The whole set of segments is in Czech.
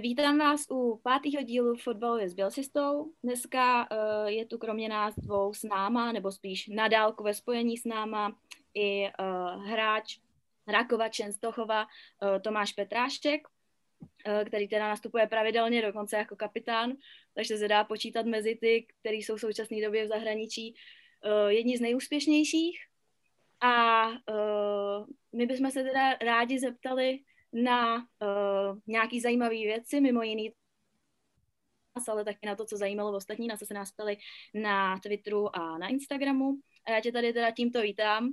vítám vás u 5. dílu Fotbalově s Bělsistou. Dneska je tu kromě nás dvou s náma, nebo spíš na dálku ve spojení s náma, i hráč Rakova Čenstochova Tomáš Petrášek, který teda nastupuje pravidelně, dokonce jako kapitán, takže se dá počítat mezi ty, kteří jsou v současné době v zahraničí jedni z nejúspěšnějších. A my bychom se teda rádi zeptali na nějaký zajímavé věci, mimo jiný, ale taky na to, co zajímalo v ostatní, na co se nás ptali na Twitteru a na Instagramu. A já tě tady teda tímto vítám.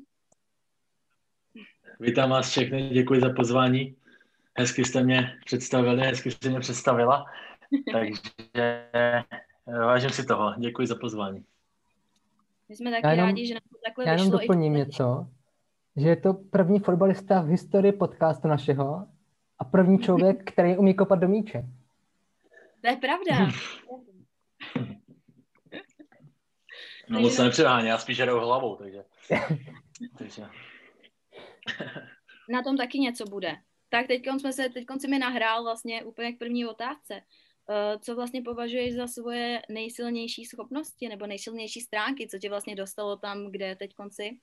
Vítám vás všechny, děkuji za pozvání. Hezky jste mě představili, hezky jste mě představila. Takže vážím si toho, děkuji za pozvání. My jsme taky rádi, že nám to takhle vyšlo. Já jenom doplním něco, že je to první fotbalista v historii podcastu našeho a první člověk, který umí kopat do míče. To je pravda. No moc se nepředháně, já spíš hraju hlavou, takže. Na tom taky něco bude. Tak teď si mi nahrál vlastně úplně k první otázce. Co vlastně považuješ za svoje nejsilnější schopnosti nebo nejsilnější stránky, co tě vlastně dostalo tam, kde teď konci?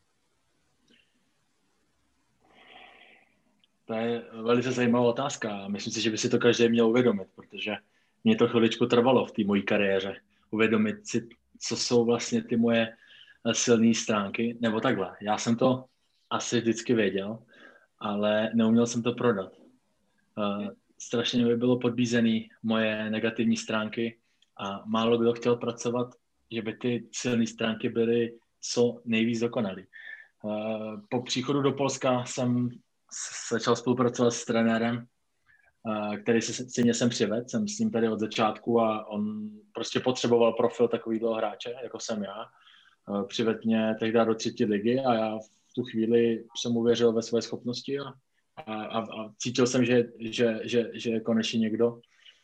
To je velice zajímavá otázka. Myslím si, že by si to každý měl uvědomit, protože mě to chviličku trvalo v té mojí kariéře. Uvědomit si, co jsou vlastně ty moje silné stránky, nebo takhle. Já jsem to asi vždycky věděl, ale neuměl jsem to prodat. Strašně by bylo podbízený moje negativní stránky a málo kdo chtěl pracovat, že by ty silné stránky byly co nejvíc dokonalý. Po příchodu do Polska jsem začal spolupracovat s trenérem, který si mě sem přivedl. Jsem s ním tady od začátku a on prostě potřeboval profil takovýhle hráče, jako jsem já. Přivedl mě tehdy do 3. ligy a já v tu chvíli jsem uvěřil ve své schopnosti a cítil jsem, že je konečně někdo,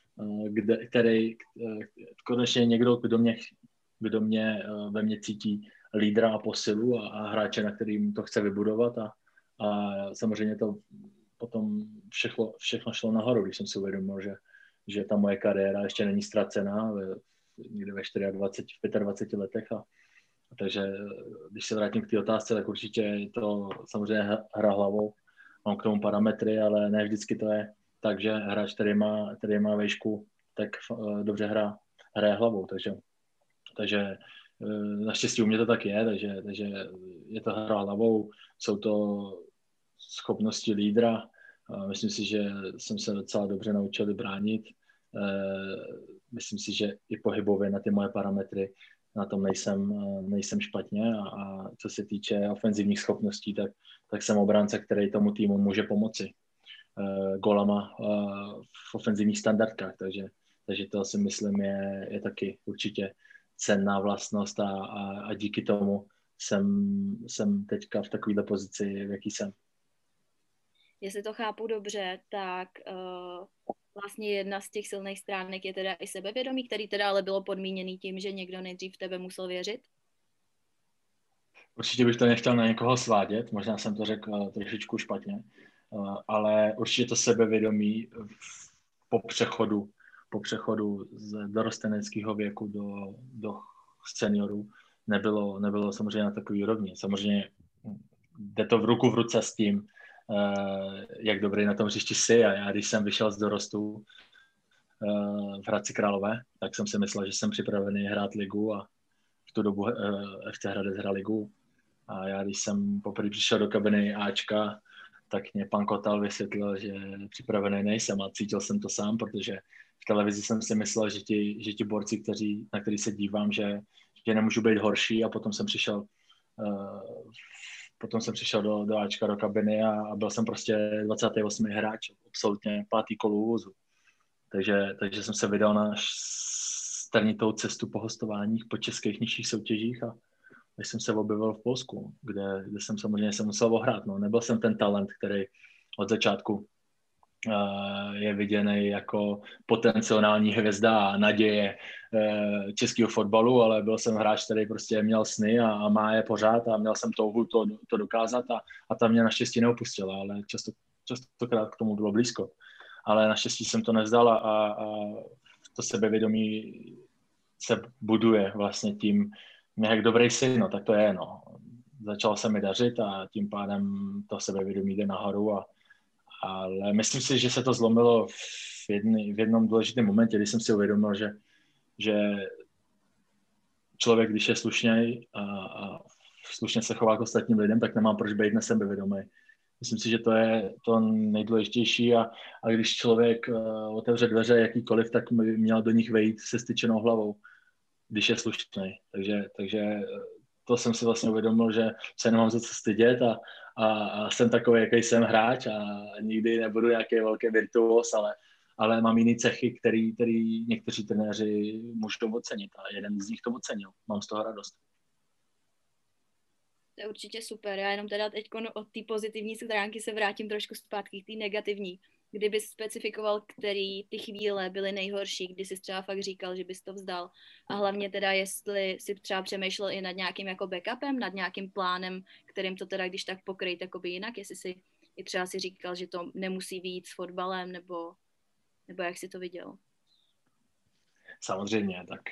kdo mě ve mně cítí lídra a posilu a hráče, na kterým to chce vybudovat a samozřejmě to potom všechno šlo nahoru, když jsem si uvědomil, že ta moje kariéra ještě není ztracená někde ve 25 letech. Takže když se vrátím k té otázce, tak určitě je to samozřejmě hra hlavou. Mám k tomu parametry, ale ne vždycky to je tak, že hráč, který má vejšku, tak dobře hraje hlavou. Takže naštěstí u mě to tak je, takže je to hra hlavou, jsou to schopnosti lídra. Myslím si, že jsem se docela dobře naučil bránit. Myslím si, že i pohybově na ty moje parametry na tom nejsem špatně a co se týče ofenzivních schopností, tak jsem obránce, který tomu týmu může pomoci gólama v ofenzivních standardkách, takže to si myslím je taky určitě cenná vlastnost a díky tomu jsem teďka v takovéhle pozici, v jaký jsem. Jestli to chápu dobře, tak vlastně jedna z těch silných stránek je teda i sebevědomí, který teda ale bylo podmíněný tím, že někdo nejdřív v tebe musel věřit? Určitě bych to nechtěl na někoho svádět, možná jsem to řekl trošičku špatně, ale určitě to sebevědomí po přechodu z dorosteneckého věku do seniorů nebylo samozřejmě na takový úrovni. Samozřejmě jde to v ruku v ruce s tím, jak dobrý na tom hřišti jsi. A já, když jsem vyšel z dorostu v Hradci Králové, tak jsem si myslel, že jsem připravený hrát ligu a v tu dobu FC Hradec hrál ligu. A já, když jsem poprvé přišel do kabiny Ačka, tak mě pan Kotal vysvětlil, že připravený nejsem a cítil jsem to sám, protože v televizi jsem si myslel, že ti borci, na který se dívám, že nemůžu být horší a potom jsem přišel do Ačka, do kabiny a byl jsem prostě 28. hráč, absolutně 5. kolo úvozu. Takže jsem se vydal na strnitou cestu po hostováních, po českých nižších soutěžích a když jsem se objevil v Polsku, kde jsem samozřejmě se musel ohrát. No. Nebyl jsem ten talent, který od začátku je viděný jako potenciální hvězda a naděje českého fotbalu, ale byl jsem hráč, který prostě měl sny a má je pořád a měl jsem touhu to dokázat a ta mě naštěstí neopustila, ale častokrát k tomu bylo blízko. ale naštěstí jsem to nevzdal a to sebevědomí se buduje vlastně tím, jak dobrý syn, no tak to je, no. Začal se mi dařit a tím pádem to sebevědomí jde nahoru, ale myslím si, že se to zlomilo v jednom důležitém momentě, kdy jsem si uvědomil, že člověk, když je slušnej a slušně se chová k ostatním lidem, tak nemám proč být nesebevědomý. Myslím si, že to je to nejdůležitější a když člověk otevře dveře jakýkoliv, tak by měl do nich vejít se styčenou hlavou, když je slušný. Takže to jsem si vlastně uvědomil, že se nemám za co stydět a jsem takový, jaký jsem hráč a nikdy nebudu nějaký velký virtuos, ale mám jiný cechy, který někteří trenéři můžou ocenit a jeden z nich to ocenil. Mám z toho radost. To je určitě super. Já jenom teda teď od té pozitivní stránky se vrátím trošku zpátky k té negativní. Kdyby specifikoval, který ty chvíle byly nejhorší, kdy jsi třeba fakt říkal, že bys to vzdal. A hlavně teda, jestli si třeba přemýšlel i nad nějakým jako backupem, nad nějakým plánem, kterým to teda, když tak pokryjt jakoby jinak, jestli si i třeba si říkal, že to nemusí vyjít s fotbalem, nebo jak si to viděl? Samozřejmě, tak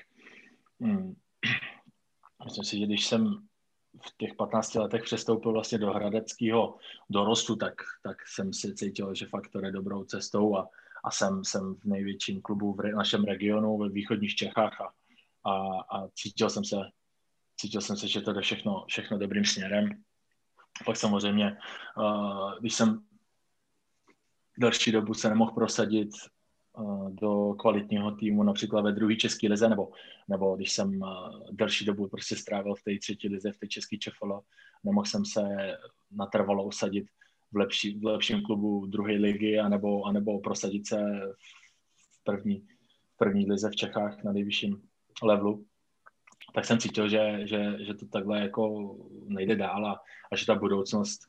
myslím si, že když jsem v těch 15 letech přestoupil vlastně do hradeckého dorostu, tak jsem si cítil, že fakt to je dobrou cestou a jsem v největším klubu v našem regionu ve východních Čechách a cítil jsem se, že to jde všechno dobrým směrem. Pak samozřejmě, když jsem další dobu se nemohl prosadit do kvalitního týmu, například ve druhé české lize, nebo když jsem další dobu prostě strávil v té třetí lize, v té české ČFL, nemohl jsem se natrvalo usadit v lepším klubu druhé ligy, anebo prosadit se v první lize v Čechách na nejvyšším levelu, tak jsem cítil, že to takhle jako nejde dál a že ta budoucnost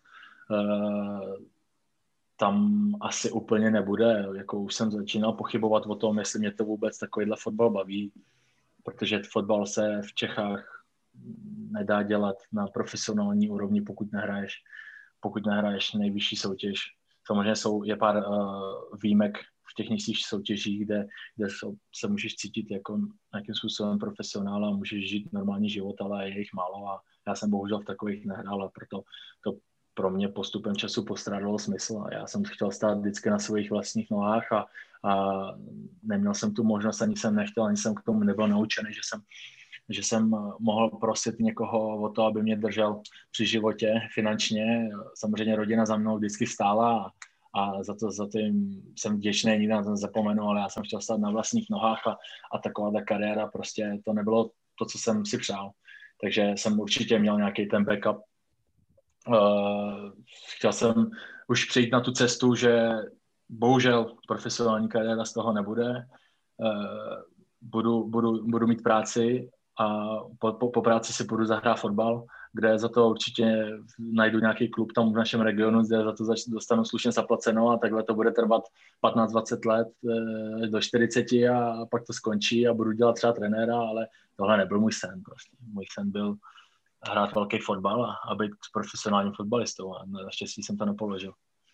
tam asi úplně nebude. Jako už jsem začínal pochybovat o tom, jestli mě to vůbec takovýhle fotbal baví, protože fotbal se v Čechách nedá dělat na profesionální úrovni, pokud nehraješ nejvyšší soutěž. Samozřejmě je pár výjimek v těch nižších soutěžích, kde se můžeš cítit jako nějakým způsobem profesionál a můžeš žít normální život, ale je jich málo a já jsem bohužel v takových nehrál a proto to pro mě postupem času postrádalo smysl a já jsem chtěl stát vždycky na svých vlastních nohách a neměl jsem tu možnost, ani jsem nechtěl, ani jsem k tomu nebyl naučený, že jsem mohl prosit někoho o to, aby mě držel při životě finančně. Samozřejmě rodina za mnou vždycky stála a za to jim jsem vděčný, nikdy na to nezapomenu, ale já jsem chtěl stát na vlastních nohách a taková ta kariéra prostě to nebylo to, co jsem si přál. Takže jsem určitě měl nějaký ten backup. Chtěl jsem už přijít na tu cestu, že bohužel profesionální kariéra z toho nebude. Budu mít práci a po práci si budu zahrát fotbal, kde za to určitě najdu nějaký klub tam v našem regionu, kde za to dostanu slušně zaplaceno a takhle to bude trvat 15-20 let do 40 a pak to skončí a budu dělat třeba trenéra, ale tohle nebyl můj sen prostě. Můj sen byl hrát velký fotbal a být profesionálním fotbalistou a naštěstí jsem to nepoložil.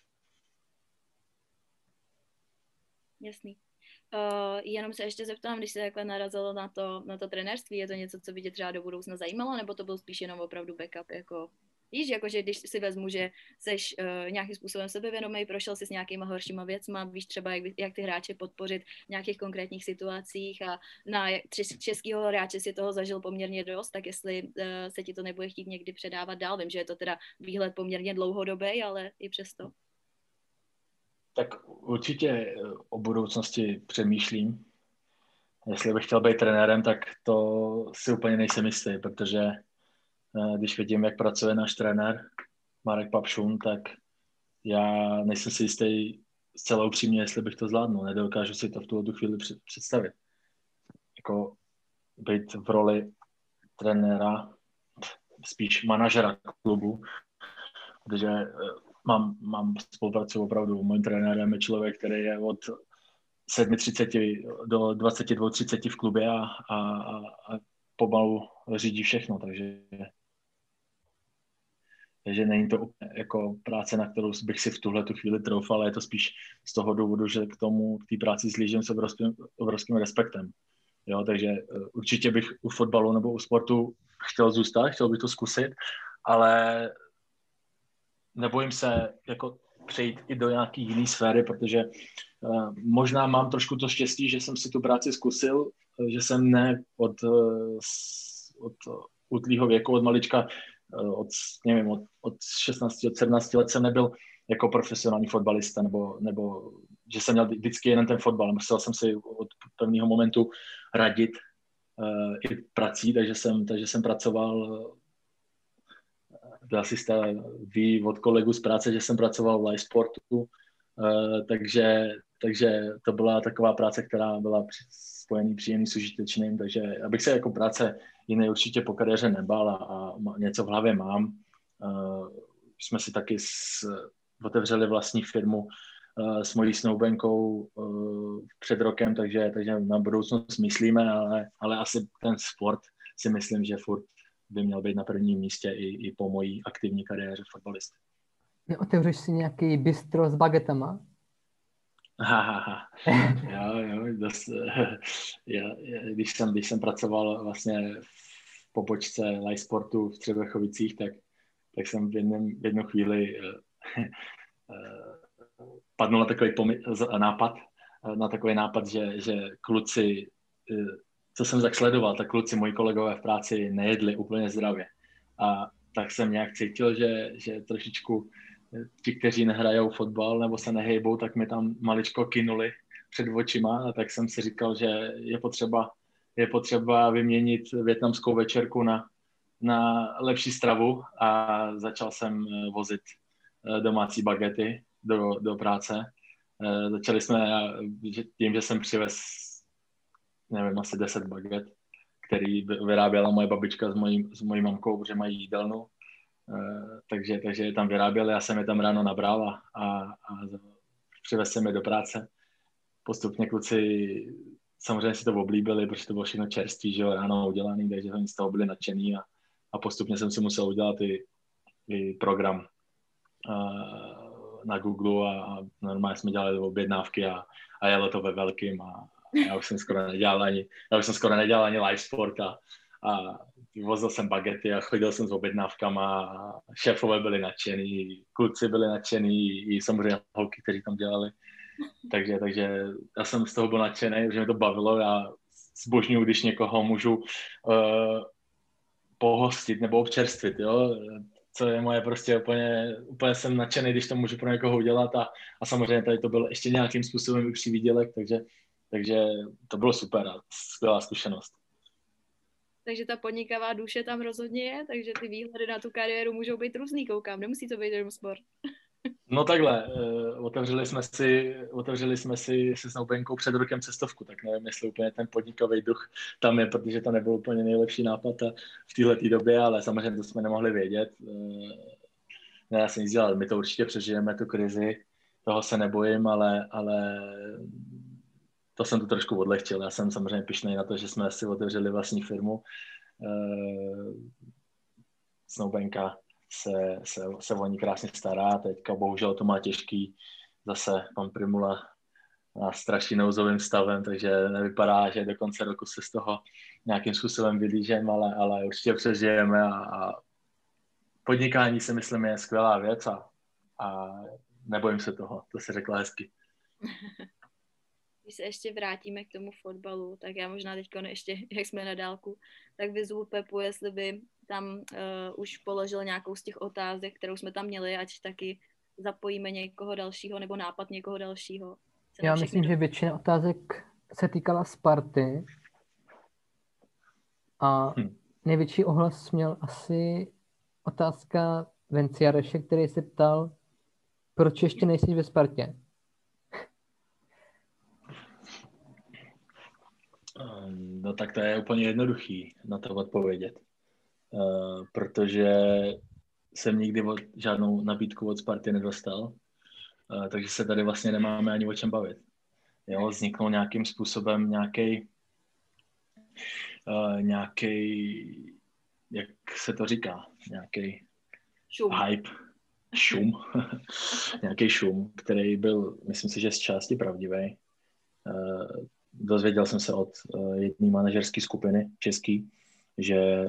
Jasný. Jenom se ještě zeptám, když se takhle narazilo na to trenérství, je to něco, co by tě třeba do budoucna zajímalo, nebo to byl spíš jenom opravdu backup, jako víš, jakože když si vezmu, že seš nějakým způsobem sebevědomý, prošel si s nějakýma horšíma věcma, víš třeba, jak ty hráče podpořit v nějakých konkrétních situacích a na českýho hráče si toho zažil poměrně dost, tak jestli se ti to nebude chtít někdy předávat dál. Vím, že je to teda výhled poměrně dlouhodobý, ale i přesto. Tak určitě o budoucnosti přemýšlím. Jestli bych chtěl být trenérem, tak to si úplně nejsem jistý, protože když vidím, jak pracuje náš trenér Marek Papšun, tak já nejsem si jistý zcela upřímně, jestli bych to zvládnul. Nedokážu si to v tuto chvíli představit. Jako být v roli trenéra, spíš manažera klubu, protože mám spolupráci opravdu. Mojím trenérem je člověk, který je od 7:30 do 22:30 v klubě a pomalu řídí všechno, takže Takže není to jako práce, na kterou bych si v tuhletu chvíli troufal, ale je to spíš z toho důvodu, že k té práci zlížím s obrovským respektem. Jo, takže určitě bych u fotbalu nebo u sportu chtěl zůstat, chtěl bych to zkusit, ale nebojím se jako přejít i do nějaký jiný sféry, protože možná mám trošku to štěstí, že jsem si tu práci zkusil, že jsem ne od útlýho věku, od malička, od 16, od 17 let jsem nebyl jako profesionální fotbalista, nebo že jsem měl vždycky jeden ten fotbal. Musel jsem si od pevného momentu radit i prací, takže jsem pracoval, asi jste ví od kolegu z práce, že jsem pracoval v live sportu, takže to byla taková práce, která byla spojený příjemný s užitečným, takže abych se jako práce jiné určitě po kariéře nebal a něco v hlavě mám. Jsme si taky otevřeli vlastní firmu s mojí snoubenkou před rokem, takže na budoucnost myslíme, ale asi ten sport si myslím, že furt by měl být na prvním místě i po mojí aktivní kariéře fotbalisty. Neotevřeš si nějaký bistro s bagetama? Jo, když jsem pracoval vlastně v pobočce live sportu v Třebechovicích, tak jsem v jednu chvíli padnul na takový nápad, že kluci, co jsem tak sledoval, tak kluci, moji kolegové v práci nejedli úplně zdravě. A tak jsem nějak cítil, že trošičku ti, kteří nehrajou fotbal nebo se nehejbou, tak mi tam maličko kinuli před očima, a tak jsem si říkal, že je potřeba vyměnit vietnamskou večerku na lepší stravu, a začal jsem vozit domácí bagety do práce. Začali jsme tím, že jsem přivez, nevím, asi 10 baget, který vyráběla moje babička s mojí mamkou, protože mají jídelnu. Takže je tam vyráběli, já jsem je tam ráno nabral a přivez jsem je do práce. Postupně kluci samozřejmě si to oblíbili, protože to bylo všechno čerstvý, že jo, ráno udělaný, takže oni z toho byli nadšený a postupně jsem si musel udělat i program na Google a normálně jsme dělali objednávky a jelo to ve velkým a já už jsem skoro nedělal ani live sport a vozil jsem bagety a chodil jsem s objednávkama a šéfové byli nadšený, kluci byli nadšený i samozřejmě holky, kteří tam dělali. Takže já jsem z toho byl nadšený, že mě to bavilo. Já zbožňuju, když někoho můžu pohostit nebo občerstvit, jo. Co je moje prostě úplně jsem nadšený, když to můžu pro někoho udělat a samozřejmě tady to byl ještě nějakým způsobem i přivýdělek, takže to bylo super a skvělá zkušenost. Takže ta podnikavá duše tam rozhodně je, takže ty výhledy na tu kariéru můžou být různý, koukám, nemusí to být jenom sport. No takhle, otevřeli jsme si se snoubenkou před rokem cestovku, tak nevím, jestli úplně ten podnikový duch tam je, protože to nebyl úplně nejlepší nápad v této době, ale samozřejmě to jsme nemohli vědět. Nedá se nic dělat, my to určitě přežijeme, tu krizi, toho se nebojím, ale to jsem to trošku odlehčil. Já jsem samozřejmě pyšnej na to, že jsme si otevřeli vlastní firmu. Snoubenka se o ní krásně stará, teďka bohužel to má těžký, zase pan Primula na strašně nouzovým stavem, takže nevypadá, že do konce roku se z toho nějakým způsobem vylížeme, ale určitě přežijeme a podnikání si myslím je skvělá věc a nebojím se toho, to se řekla hezky. Když se ještě vrátíme k tomu fotbalu, tak já možná teď ještě, jak jsme na dálku, tak vyzvu Pepu, jestli by tam už položil nějakou z těch otázek, kterou jsme tam měli, ať taky zapojíme někoho dalšího nebo nápad někoho dalšího. Já myslím, že většina otázek se týkala Sparty a největší ohlas měl asi otázka Venci Jareše, který se ptal, proč ještě nejsi ve Spartě? No tak to je úplně jednoduchý na to odpovědět. Protože jsem nikdy žádnou nabídku od Sparty nedostal, takže se tady vlastně nemáme ani o čem bavit. Jo, vzniknul nějakým způsobem nějaký, jak se to říká, nějaký hype, šum, nějaký šum, který byl, myslím si, že z části pravdivý. Dozvěděl jsem se od jedné manažerské skupiny český, že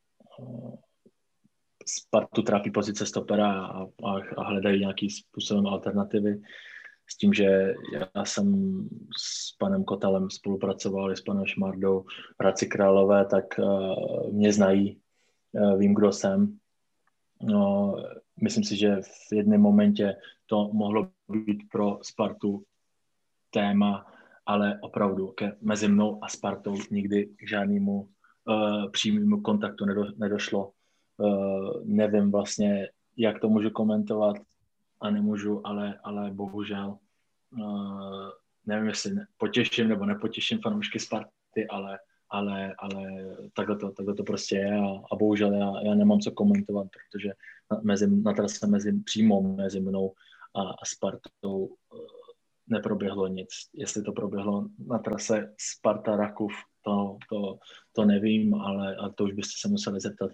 Spartu trápí pozice stopera a hledají nějakým způsobem alternativy. S tím, že já jsem s panem Kotalem spolupracoval, i s panem Šmardou v Hradci Králové, tak mě znají, vím, kdo jsem. No, myslím si, že v jednom momentě to mohlo být pro Spartu téma, ale opravdu mezi mnou a Spartou nikdy k žádnému přímému kontaktu nedošlo. Nevím vlastně, jak to můžu komentovat a nemůžu, ale bohužel nevím, jestli potěším nebo nepotěším fanoušky Sparty, ale takhle to prostě je a bohužel já nemám co komentovat, protože na trase přímo mezi mnou a Spartou neproběhlo nic. Jestli to proběhlo na trase Sparta-Rakov, to nevím, ale to už byste se museli zeptat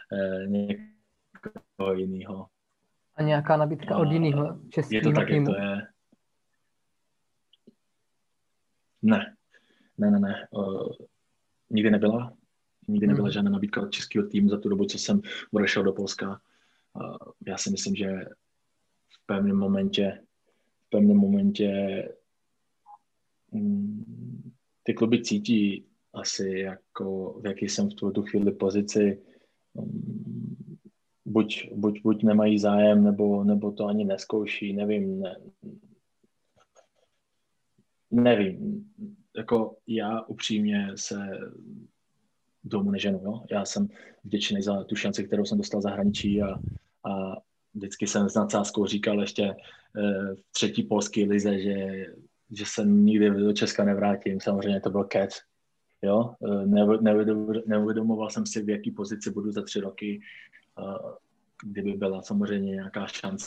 někoho jiného. A nějaká nabídka od jiného českého týmu? Je to tak, týmu? Jak to je. Ne. Nikdy nebyla. Nikdy nebyla žádná nabídka od českého týmu za tu dobu, co jsem odešel do Polska. Já si myslím, že v pevném momentě ty kluby cítí asi, jako v jaký jsem v tu chvíli pozici. Buď nemají zájem, nebo to ani neskouší, nevím. Jako já upřímně se domů neženu, jo? Já jsem vděčný za tu šanci, kterou jsem dostal v zahraničí a vždycky jsem s nadsázkou říkal ještě v třetí polské lize, že se nikdy do Česka nevrátím. Samozřejmě to byl kec. Jo? Neuvědomoval jsem si, v jaký pozici budu za 3 roky, kdyby byla samozřejmě nějaká šance,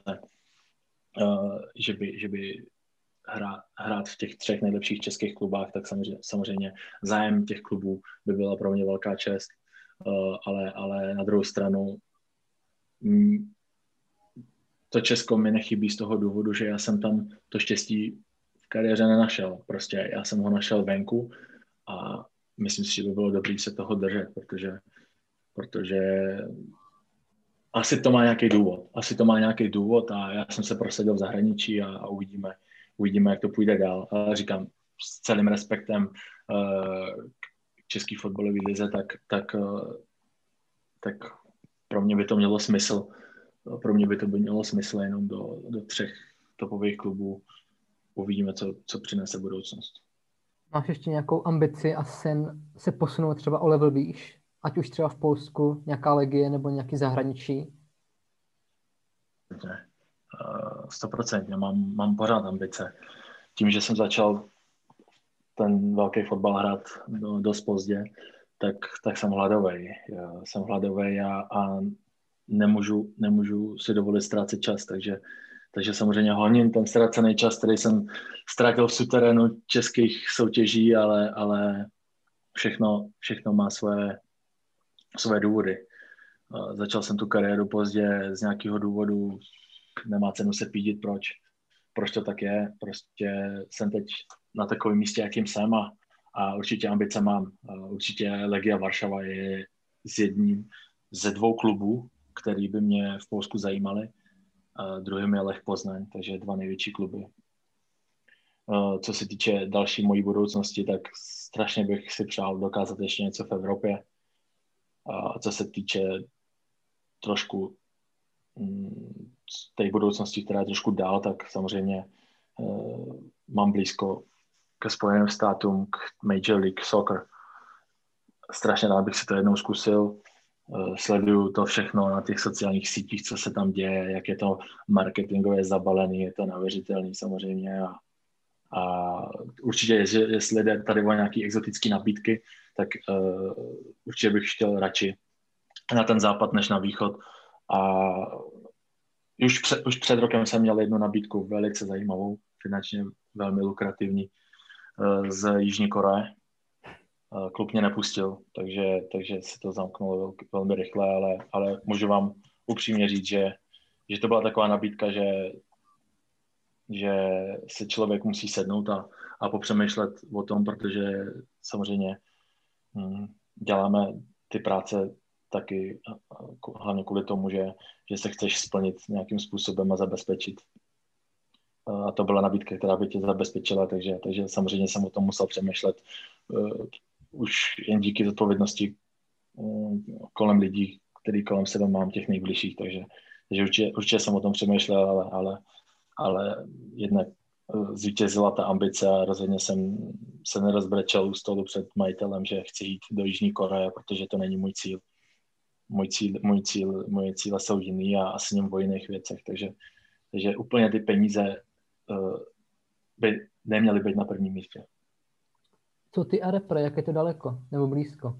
že by hrát v těch 3 nejlepších českých klubách, tak samozřejmě zájem těch klubů by byla pro mě velká čest, ale na druhou stranu to Česko mi nechybí z toho důvodu, že já jsem tam to štěstí v kariéře nenašel. Prostě já jsem ho našel venku a myslím si, že by bylo dobré se toho držet, protože asi to má nějaký důvod a já jsem se prosadil v zahraničí a uvidíme, jak to půjde dál. Ale říkám, s celým respektem k český fotbalový lize, tak pro mě by to mělo smysl. Pro mě by to mělo smysl jenom do 3 topových klubů. Uvidíme, co přinese budoucnost. Máš ještě nějakou ambici a sen se posunout třeba o level výš? Ať už třeba v Polsku, nějaká legie nebo nějaký zahraničí? 100%. Mám pořád ambice. Tím, že jsem začal ten velký fotbal hrát dost pozdě, tak jsem hladovej. Jsem hladovej a nemůžu si dovolit ztrácet čas, takže samozřejmě honím ten ztracený čas, který jsem ztratil v suterénu českých soutěží, ale všechno má své důvody. Začal jsem tu kariéru pozdě z nějakého důvodu, nemá cenu se pídit, proč to tak je. Prostě jsem teď na takovém místě, jakým jsem a určitě ambice mám. Určitě Legia Varšava je jedním ze 2 klubů, který by mě v Polsku zajímaly. Druhým je Lech Poznaň, takže 2 největší kluby. Co se týče další mojí budoucnosti, tak strašně bych si přál dokázat ještě něco v Evropě. Co se týče trošku té budoucnosti, která je trošku dál, tak samozřejmě mám blízko ke Spojeným státům, k Major League Soccer. Strašně rád bych si to jednou zkusil. Sleduju to všechno na těch sociálních sítích, co se tam děje, jak je to marketingově zabalený, je to neuvěřitelný samozřejmě a určitě, jestli jde tady o nějaké exotické nabídky, tak určitě bych chtěl radši na ten západ než na východ a už před rokem jsem měl jednu nabídku velice zajímavou, finančně velmi lukrativní z Jižní Koreje. Klub mě nepustil, takže se to zamknulo velmi rychle, ale můžu vám upřímně říct, že to byla taková nabídka, že se člověk musí sednout a popřemýšlet o tom, protože samozřejmě děláme ty práce taky hlavně kvůli tomu, že se chceš splnit nějakým způsobem a zabezpečit. A to byla nabídka, která by tě zabezpečila, takže samozřejmě jsem o tom musel přemýšlet už jen díky zodpovědnosti kolem lidí, který kolem sebe mám, těch nejbližších, takže určitě jsem o tom přemýšlel, ale jednak zvítězila ta ambice a rozhodně jsem se nerozbrečel u stolu před majitelem, že chci jít do Jižní Koreje, protože to není můj cíl. Moje cíle jsou jiný a s ním o jiných věcech, takže úplně ty peníze by neměly být na prvním místě. Co ty a repre, jak je to daleko nebo blízko?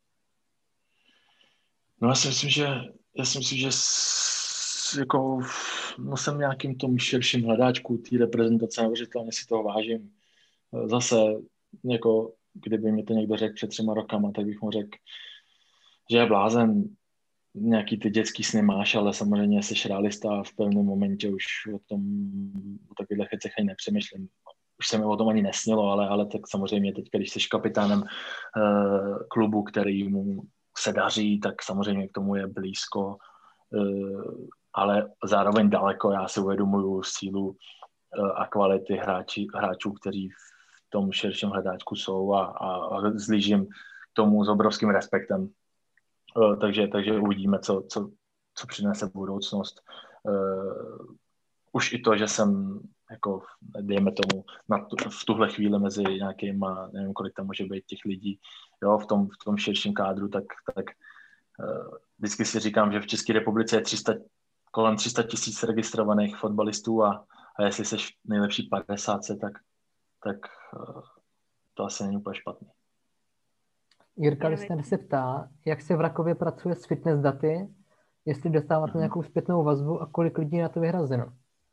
No já si myslím, že jako jsem v nějakým tom širším hledáčku té reprezentace, neuvěřitelně si toho vážím. Zase, jako kdyby mi to někdo řekl před 3 rokama, tak bych mu řekl, že je blázen, nějaký ty dětský sny máš, ale samozřejmě jsi realista a v pevném momentě už o takových věcech ani nepřemýšlím. Už se mi o tom ani nesnilo, ale tak samozřejmě teď, když jsi kapitánem klubu, který mu se daří, tak samozřejmě k tomu je blízko, ale zároveň daleko. Já si uvědomuju sílu a kvality hráčů, kteří v tom širším hledáčku jsou a zlížím k tomu s obrovským respektem. Takže uvidíme, co přinese budoucnost. Už i to, že jsem, jako, dejme tomu, v tuhle chvíli mezi nějakýma, nevím, kolik tam může být těch lidí, jo, v tom širším kádru, tak vždycky si říkám, že v České republice je kolem 300 000 registrovaných fotbalistů a jestli jsi nejlepší 50, tak to asi není úplně špatný. Jirka Listner se ptá, jak se v Rakově pracuje s fitness daty, jestli dostáváte nějakou zpětnou vazbu a kolik lidí na to vyhrazeno?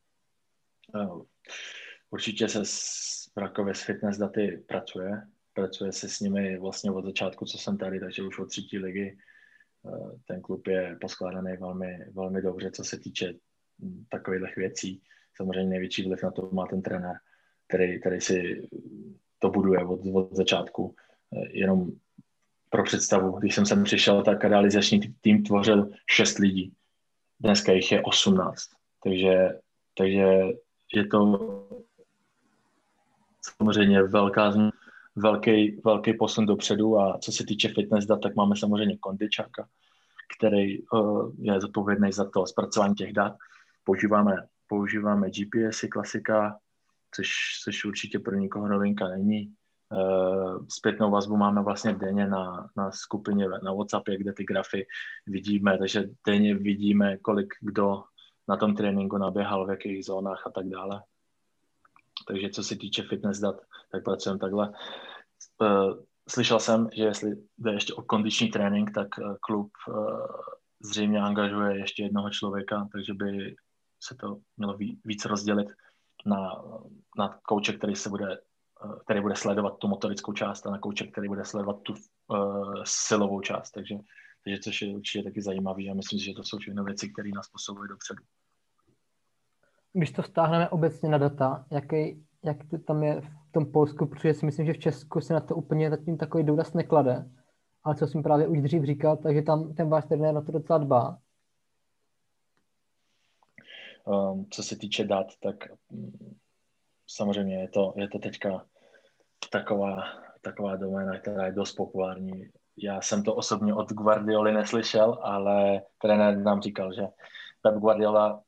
Určitě se v Rakově s fitness daty pracuje se s nimi vlastně od začátku, co jsem tady, takže už od 3. ligy. Ten klub je poskládaný velmi, velmi dobře, co se týče takových věcí. Samozřejmě největší vliv na to má ten trenér, který si to buduje od začátku. Jenom pro představu, když jsem sem přišel, tak realizační tým tvořil 6 lidí. Dneska jich je 18. Takže je to samozřejmě velký posun dopředu a co se týče fitness dat, tak máme samozřejmě kondičáka, který je zodpovědný za to zpracování těch dat. Používáme GPSy, klasika, což určitě pro nikoho novinka není. Zpětnou vazbu máme vlastně denně na skupině na WhatsAppě, kde ty grafy vidíme, takže denně vidíme, kolik kdo na tom tréninku naběhal, v jakých zónách a tak dále. Takže co se týče fitness dat, tak pracujeme takhle. Slyšel jsem, že jestli jde ještě o kondiční trénink, tak klub zřejmě angažuje ještě jednoho člověka, takže by se to mělo víc rozdělit na kouče, který bude sledovat tu motorickou část a na kouče, který bude sledovat tu silovou část. Takže což je určitě taky zajímavý a myslím si, že to jsou všechno věci, které nás posouvají dopředu. Když to vztáhneme obecně na data, jak to tam je v tom Polsku, protože si myslím, že v Česku se na to úplně zatím takový důraz neklade, ale co jsem právě už dřív říkal, takže tam ten váš trenér na to docela dbá. Co se týče dat, tak samozřejmě je to teďka taková doména, která je dost populární. Já jsem to osobně od Guardioly neslyšel, ale trenér nám říkal, že Pep Guardiola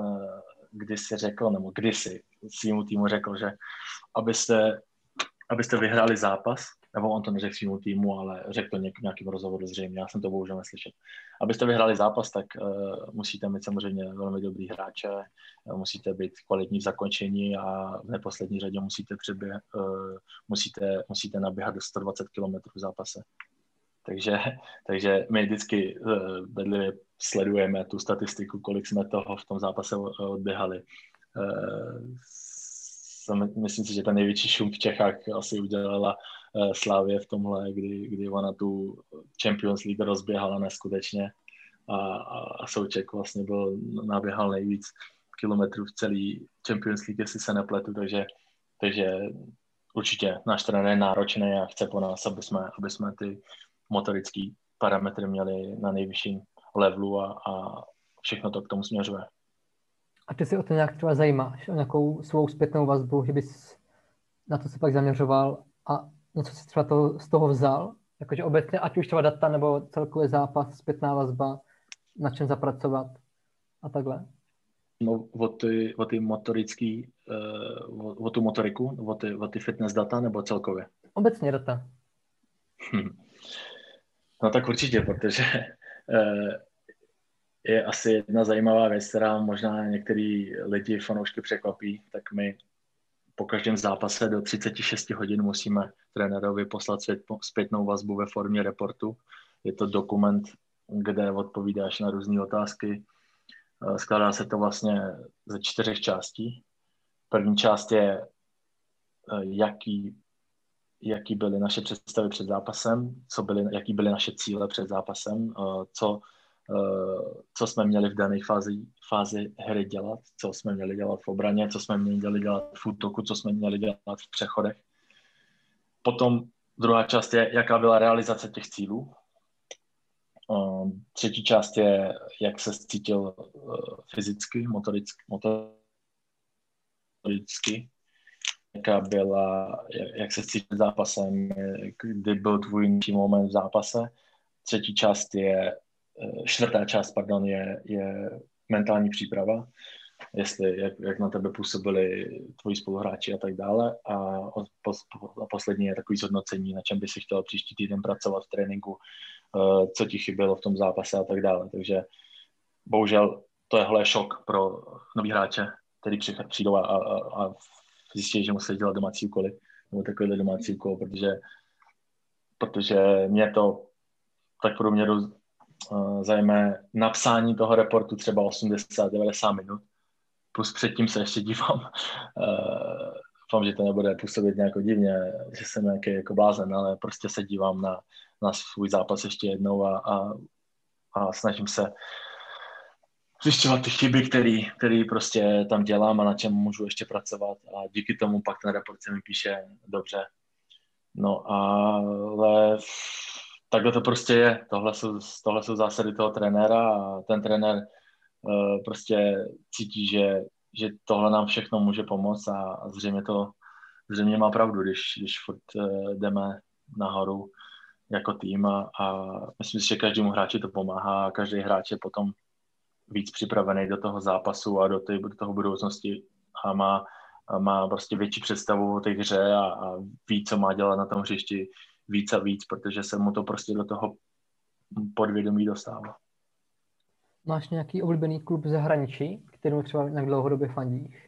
kdysi svýmu týmu řekl, že abyste vyhráli zápas, nebo on to neřekl svýmu týmu, ale řekl to nějakým rozhovoru zřejmě, já jsem to bohužel neslyšel. Abyste vyhráli zápas, tak musíte mít samozřejmě velmi dobrý hráče, musíte být kvalitní v zakončení a v neposlední řadě musíte naběhat do 120 km v zápase. Takže my vždycky bedlivě sledujeme tu statistiku, kolik jsme toho v tom zápase odběhali. Myslím si, že ten největší šum v Čechách asi udělala Slavie v tomhle, kdy ona tu Champions League rozběhala neskutečně a Souček vlastně naběhal nejvíc kilometrů v celý Champions League, jestli se nepletu, takže určitě náš trenér je náročný a chce po nás, aby jsme ty motorické parametry měli na nejvyšším levelu a všechno to k tomu směřuje. A ty si o to nějak třeba zajímáš, o nějakou svou zpětnou vazbu, že bys na to se pak zaměřoval a něco si třeba z toho vzal? Jakože obecně, ať už třeba data nebo celkový zápas, zpětná vazba, na čem zapracovat a takhle? No, o ty motorický, o tu motoriku, o ty fitness data nebo celkově? Obecně data. No tak určitě, protože je asi jedna zajímavá věc, která možná některý lidi, fanoušky překvapí, tak my po každém zápase do 36 hodin musíme trenérovi poslat zpětnou vazbu ve formě reportu. Je to dokument, kde odpovídáš na různé otázky. Skládá se to vlastně ze 4 částí. První část je, jaký byly naše představy před zápasem, jaký byly naše cíle před zápasem, co jsme měli v dané fázi hry dělat, co jsme měli dělat v obraně, co jsme měli dělat v útoku, co jsme měli dělat v přechodech. Potom druhá část je, jaká byla realizace těch cílů. Třetí část je, jak se cítil fyzicky, motoricky, jak se cítil zápasem, kdy byl tvůj nejlepší moment v zápase. Čtvrtá část je mentální příprava, jak na tebe působili tvoji spoluhráči a tak dále. A poslední je takový zhodnocení, na čem by si chtěl příští týden pracovat v tréninku, co ti chybělo v tom zápase a tak dále. Takže bohužel tohle je šok pro nový hráče, který přijdou a zjistí, že musí dělat domácí úkoly, nebo takovýhle domácí úkol, protože mě to tak průměru zajme napsání toho reportu třeba 80-90 minut, plus předtím se ještě dívám. Doufám, že to nebude působit nějak divně, že jsem nějaký jako blázen, ale prostě se dívám na svůj zápas ještě jednou a snažím se zjišťovat ty chyby, který prostě tam dělám a na čem můžu ještě pracovat a díky tomu pak ten report se mi píše dobře. No ale takhle to prostě je. Tohle jsou zásady toho trenéra a ten trenér prostě cítí, že tohle nám všechno může pomoct a zřejmě má pravdu, když furt jdeme nahoru jako tým a myslím si, že každému hráči to pomáhá a každý hráč je potom víc připravený do toho zápasu a do toho budoucnosti a má prostě větší představu o té hře a ví, co má dělat na tom hřišti víc a víc, protože se mu to prostě do toho podvědomí dostává. Máš nějaký oblíbený klub v zahraničí, kterému třeba nějak dlouhodobě fandíš?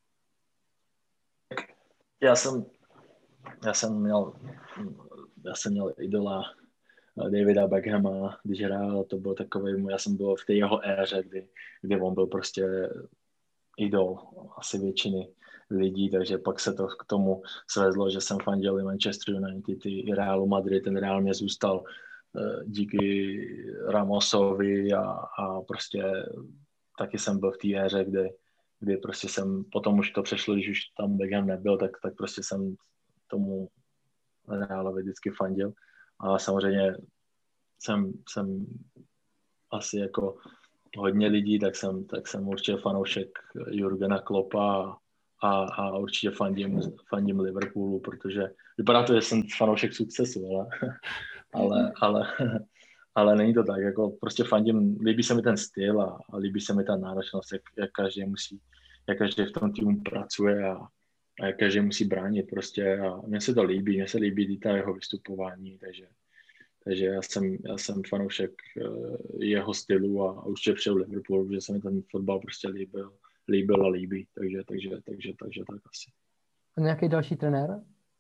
Já jsem měl idola Davida Beckhama, když hrál, to byl takový, já jsem byl v té jeho éře, kdy on byl prostě idol asi většiny lidí, takže pak se to k tomu svezlo, že jsem fandil i Manchester United, i Realu Madrid, ten Real mě zůstal díky Ramosovi a prostě taky jsem byl v té éře, kdy prostě jsem, potom už to přešlo, když už tam Beckham nebyl, tak prostě jsem tomu Realovi vždycky fandil. A samozřejmě jsem asi jako hodně lidí, tak jsem určitě fanoušek Jurgena Kloppa a určitě fandím Liverpoolu, protože vypadá to, že jsem fanoušek sukcesu, ale není to tak, jako prostě fandím, líbí se mi ten styl a líbí se mi ta náročnost, jak každý v tom týmu pracuje a jak každý musí bránit prostě a mně se to líbí, i ta jeho vystupování, takže já jsem fanoušek jeho stylu a určitě přeju Liverpoolu, že se mi ten fotbal prostě líbil a líbí, takže tak asi. A nějaký další trenér?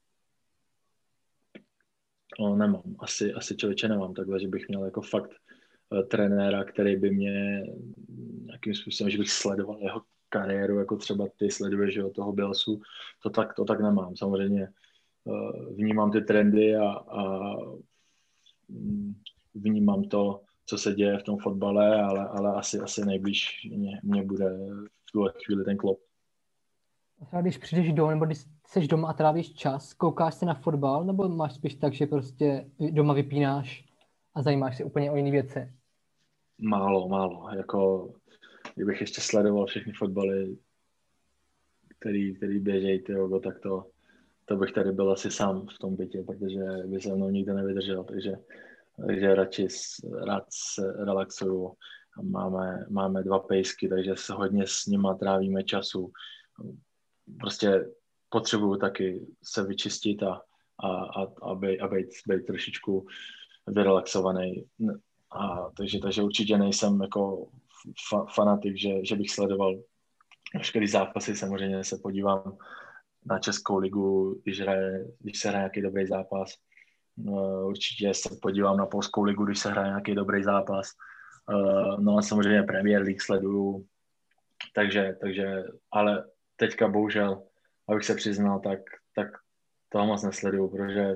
No, nemám, asi člověče nemám takhle, že bych měl jako fakt trenéra, který by mě nějakým způsobem, že bych sledoval jeho kariéru, jako třeba ty sleduješ, že od toho Bielsu, to tak nemám. Samozřejmě vnímám ty trendy a vnímám to, co se děje v tom fotbale, ale asi nejblíž mě bude v tuhle chvíli ten klub. A když přijdeš domů, nebo když jsi doma a trávíš čas, koukáš se na fotbal, nebo máš spíš tak, že prostě doma vypínáš a zajímáš se úplně o jiné věci? Málo. Jako, kdybych ještě sledoval všechny fotbaly, který běžejí, tak to bych tady byl asi sám v tom bytě, protože by se mnou nikdo nevydržel, takže radši rád se relaxuju. Máme 2 pejsky, takže se hodně s nima trávíme času. Prostě potřebuju taky se vyčistit a být trošičku vyrelaxovaný. Takže určitě nejsem jako fanatik, že bych sledoval veškerý zápasy. Samozřejmě se podívám na Českou ligu, když se hraje nějaký dobrý zápas. Určitě se podívám na Polskou ligu, když se hraje nějaký dobrý zápas. No a samozřejmě Premier League sleduju. Takže ale teďka bohužel, abych se přiznal, tak to moc nesleduju, protože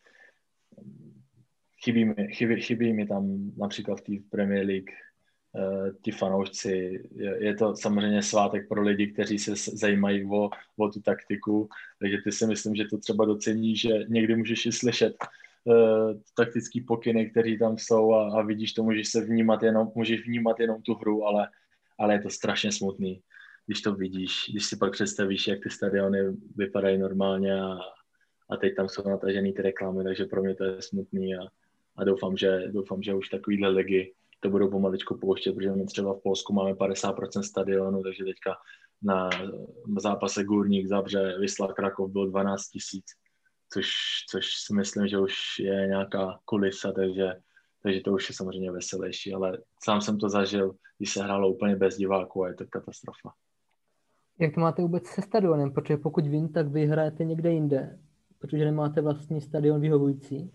chybí mi tam například v té Premier League ti fanoušci. Je to samozřejmě svátek pro lidi, kteří se zajímají o tu taktiku, takže ty si myslím, že to třeba docení, že někdy můžeš i slyšet taktický pokyny, které tam jsou a vidíš to, můžeš vnímat jenom tu hru, ale je to strašně smutný, když to vidíš, když si pak představíš, jak ty stadiony vypadají normálně a teď tam jsou natažený ty reklamy, takže pro mě to je smutný a doufám, že už takovýhle ligy to budou pomaličku pouštět, protože my třeba v Polsku máme 50% stadionu, takže teďka na zápase Górnik Zabrze Wisla Krakov bylo 12 000, což si myslím, že už je nějaká kulisa, takže to už je samozřejmě veselější, ale sám jsem to zažil, když se hrálo úplně bez diváků a je to katastrofa. Jak to máte vůbec se stadionem? Protože pokud vím, tak vy hrajete někde jinde, protože nemáte vlastní stadion vyhovující.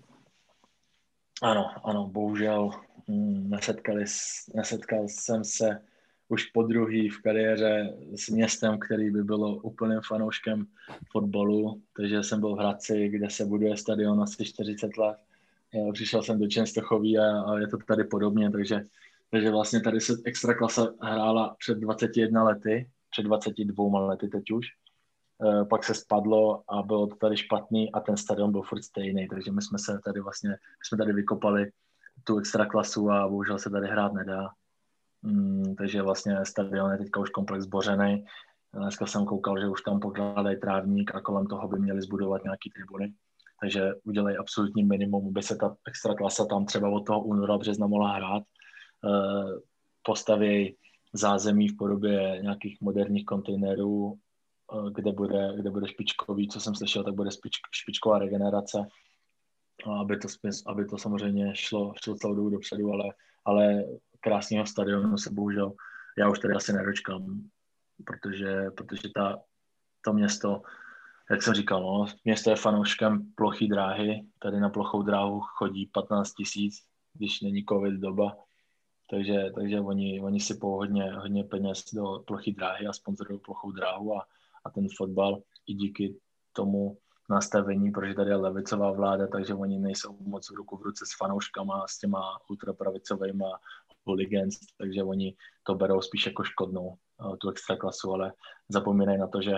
Ano, bohužel nesetkal jsem se už podruhý v kariéře s městem, který by bylo úplným fanouškem fotbalu, takže jsem byl v Hradci, kde se buduje stadion asi 40 let. Přišel jsem do Čenstochový a je to tady podobně, takže vlastně tady se extraklasa hrála před 21 lety, před 22 lety teď už. Pak se spadlo a bylo to tady špatný a ten stadion byl furt stejný, takže my jsme tady vykopali tu extraklasu a bohužel se tady hrát nedá. Takže vlastně stadion je teďka už komplex zbořený. Dneska jsem koukal, že už tam pokládají trávník a kolem toho by měli zbudovat nějaký tribuny. Takže udělají absolutní minimum, aby se ta extraklasa tam třeba od toho února, března mohla hrát. Postavějí zázemí v podobě nějakých moderních kontejnerů, kde bude špičkový, co jsem slyšel, tak bude špičková regenerace, aby to samozřejmě šlo celou dobu dopředu, ale krásného stadionu se bohužel já už tady asi nedočkám, protože to město, jak jsem říkal, město je fanouškem plochý dráhy, tady na plochou dráhu chodí 15 000, když není covid doba, takže oni sypou hodně peněz do plochý dráhy a sponzorují plochou dráhu a ten fotbal i díky tomu nastavení, protože tady je levicová vláda, takže oni nejsou moc ruku v ruce s fanouškama, s těma ultrapravicovejma hooligans, takže oni to berou spíš jako škodnou, tu extraklasu, ale zapomínají na to, že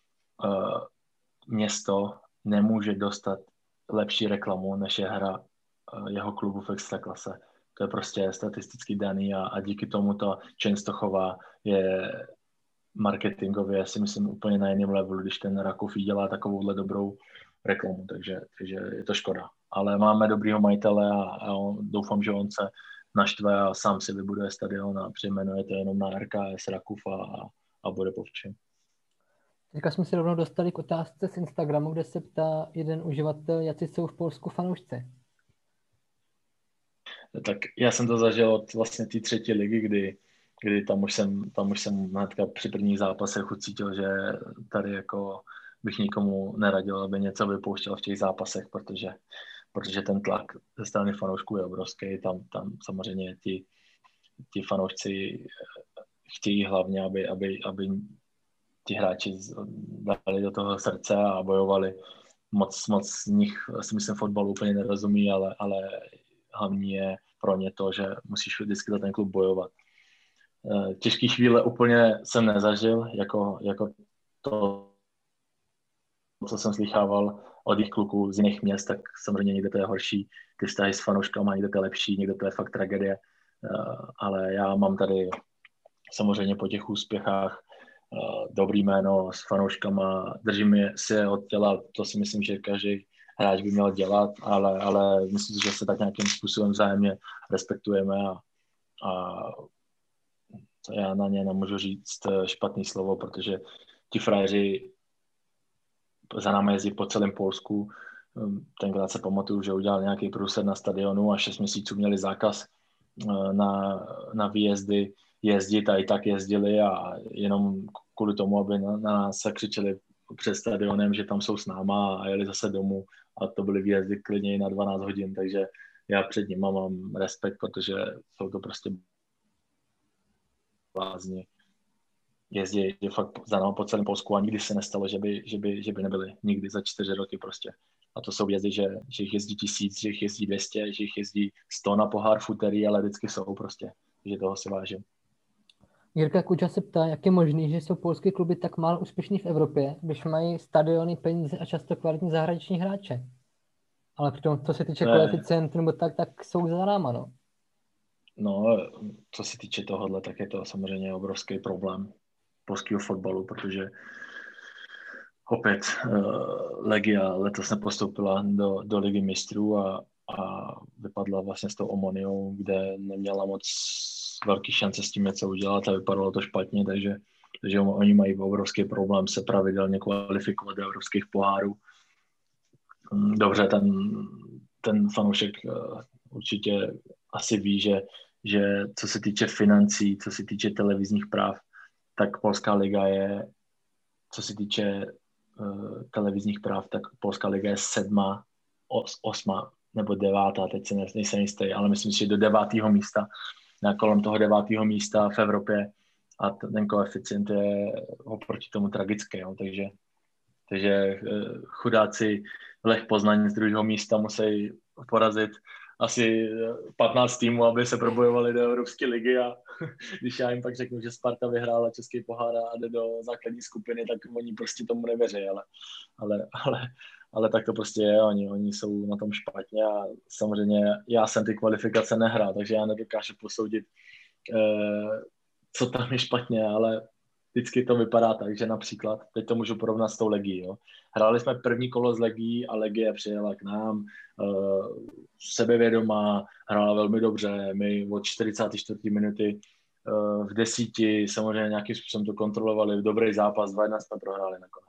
město nemůže dostat lepší reklamu, než je hra jeho klubu v extraklase. To je prostě statisticky daný a díky tomu ta Čenstochová je marketingově, si myslím, úplně na jiném levelu, když ten Rakov dělá takovouhle dobrou reklamu, takže je to škoda. Ale máme dobrýho majitele a doufám, že on se naštve a sám si vybuduje stadion a přejmenuje to jenom na RKS Rakov a bude po všem. Teďka jsme se rovnou dostali k otázce z Instagramu, kde se ptá jeden uživatel, jací jsou v Polsku fanoušci. Tak já jsem to zažil od vlastně té 3. ligy, kdy tam už jsem hnedka při prvních zápasech ucítil, že tady jako bych nikomu neradil, aby něco vypouštěl v těch zápasech, protože ten tlak ze strany fanoušků je obrovský. Tam samozřejmě ti fanoušci chtějí hlavně, aby ti hráči dali do toho srdce a bojovali. Moc z nich si myslím fotbalu úplně nerozumí, ale hlavní je pro ně to, že musíš vždycky za ten klub bojovat. Těžký chvíle úplně jsem nezažil, jako to, co jsem slychával od jejich kluků z jiných měst, tak samozřejmě někde to je horší, ty vztahy s fanouškama, někde to je lepší, někde to je fakt tragédie, ale já mám tady samozřejmě po těch úspěchách dobrý jméno s fanouškama, držím si je od těla, to si myslím, že každý hráč by měl dělat, ale myslím si, že se tak nějakým způsobem vzájemně respektujeme a já na ně nemůžu říct špatný slovo, protože ti frajeři za námi jezdí po celém Polsku. Tenkrát se pamatuju, že udělal nějaký průser na stadionu a 6 měsíců měli zákaz na výjezdy jezdit a i tak jezdili a jenom kvůli tomu, aby na nás se křičeli před stadionem, že tam jsou s náma a jeli zase domů a to byly výjezdy klidně i na 12 hodin, takže já před nima mám respekt, protože jsou to prostě blázni. Jezdí fakt za náma po celém Polsku a nikdy se nestalo, že by nebyli. Nikdy za 4 roky prostě. A to jsou jezdy, že jich jezdí 1000, že jich jezdí 200, že jich jezdí 100 na pohár futerí, ale vždycky jsou prostě. Takže toho si vážím. Jirka Kuča se ptá, jak je možný, že jsou polské kluby tak málo úspěšní v Evropě, když mají stadiony, peníze a často kvalitní zahraniční hráče. Ale přitom, co se týče koeficientu nebo tak jsou za náma, no. No, co se týče tohohle, tak je to samozřejmě obrovský problém polského fotbalu, protože opět Legia letos nepostoupila do Ligy mistrů a vypadla vlastně s tou Omoniou, kde neměla moc velký šance s tím něco udělat a vypadalo to špatně, takže oni mají obrovský problém se pravidelně kvalifikovat do evropských pohárů. Dobře, ten fanoušek určitě asi ví, že co se týče financí, co se týče televizních práv, tak polská liga je, co se týče televizních práv, tak polská liga je 7., 8. nebo 9., teď se nejsem jistý, ale myslím si, že do 9. místa, na kolem toho 9. místa v Evropě a ten koeficient je oproti tomu tragický, jo, takže chudáci Lech Poznaň z 2. místa musí porazit asi 15 týmů, aby se probojovali do Evropské ligy a když já jim pak řeknu, že Sparta vyhrála český pohár a jde do základní skupiny, tak oni prostě tomu nevěří, ale tak to prostě je, oni jsou na tom špatně a samozřejmě já jsem ty kvalifikace nehrál, takže já nedokážu posoudit, co tam je špatně, ale vždycky to vypadá tak, že například, teď to můžu porovnat s tou Legií, jo. Hráli jsme první kolo s Legií a Legie přijela k nám, sebevědomá, hrála velmi dobře, my od 44. minuty v 10 samozřejmě nějakým způsobem to kontrolovali, dobrý zápas, 2-1 jsme prohráli nakonec.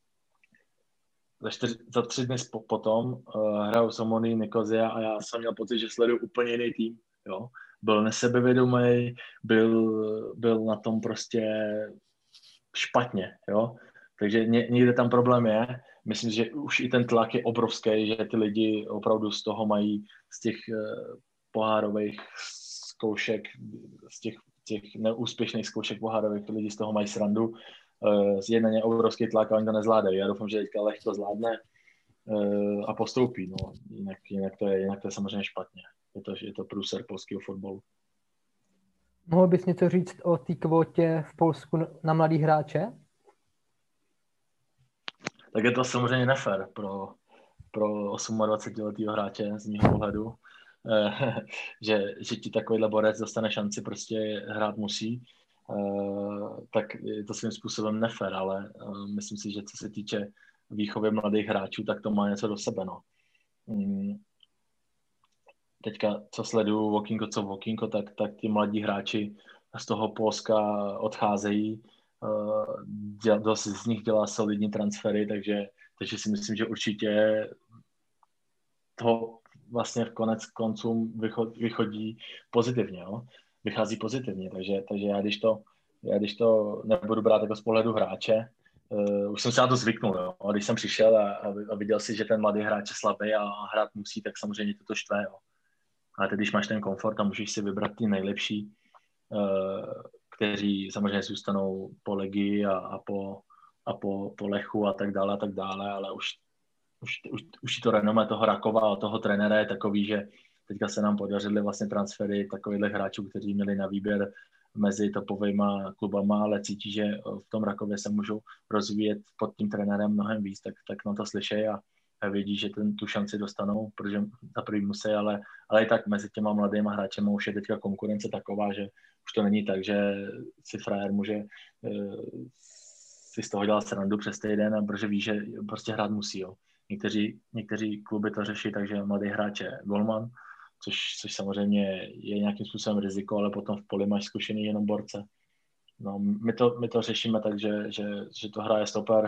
Za 3 dny potom hraju s Omoní Nikozia a já jsem měl pocit, že sleduju úplně jiný tým, jo. Byl nesebevědomý, byl na tom prostě špatně, jo. Takže někde tam problém je. Myslím, že už i ten tlak je obrovský, že ty lidi opravdu z toho mají z těch pohárových zkoušek, z těch neúspěšných zkoušek pohárových, ty lidi z toho mají srandu. Je na ně obrovský tlak a oni to nezvládají. Já doufám, že teďka Lech to zvládne a postoupí. No. Jinak to je samozřejmě špatně. Je to průser polského fotbalu. Mohl bys něco říct o té kvótě v Polsku na mladý hráče? Tak je to samozřejmě nefér pro 28letého hráče z mého pohledu, že ti takovýhle borec dostane šanci, prostě hrát musí, tak je to svým způsobem nefér, ale myslím si, že co se týče výchovy mladých hráčů, tak to má něco do sebe, no. Teďka, co sleduju Okinko, tak ti mladí hráči z toho Polska odcházejí, dost z nich dělá solidní transfery, takže si myslím, že určitě to vlastně v konec konců vychodí pozitivně, jo? Vychází pozitivně, takže já když to nebudu brát jako z pohledu hráče, už jsem se na to zvyknul, jo? A když jsem přišel a viděl si, že ten mladý hráč je slabý a hrát musí, tak samozřejmě to štve, jo? Ale teď, když máš ten komfort a můžeš si vybrat ty nejlepší, kteří samozřejmě zůstanou po Legii a po Lechu a tak dále, ale už to renomé toho Rakova a toho trenéra je takový, teďka se nám podařily vlastně transfery takovýchhle hráčů, kteří měli na výběr mezi topovejma klubama, ale cítí, že v tom Rakově se můžou rozvíjet pod tím trenérem mnohem víc, tak na to slyšejí a vědí, že tu šanci dostanou, protože za prvý musí, ale i tak mezi těma mladýma hráčema už je teďka konkurence taková, že už to není tak, že si frajer může si z toho dělat srandu přes týden, a protože ví, že prostě hrát musí. Jo. Někteří kluby to řeší, takže mladý hráč je golman, což samozřejmě je nějakým způsobem riziko, ale potom v poli máš zkušený jenom borce. No, my to řešíme tak, že to hraje stoper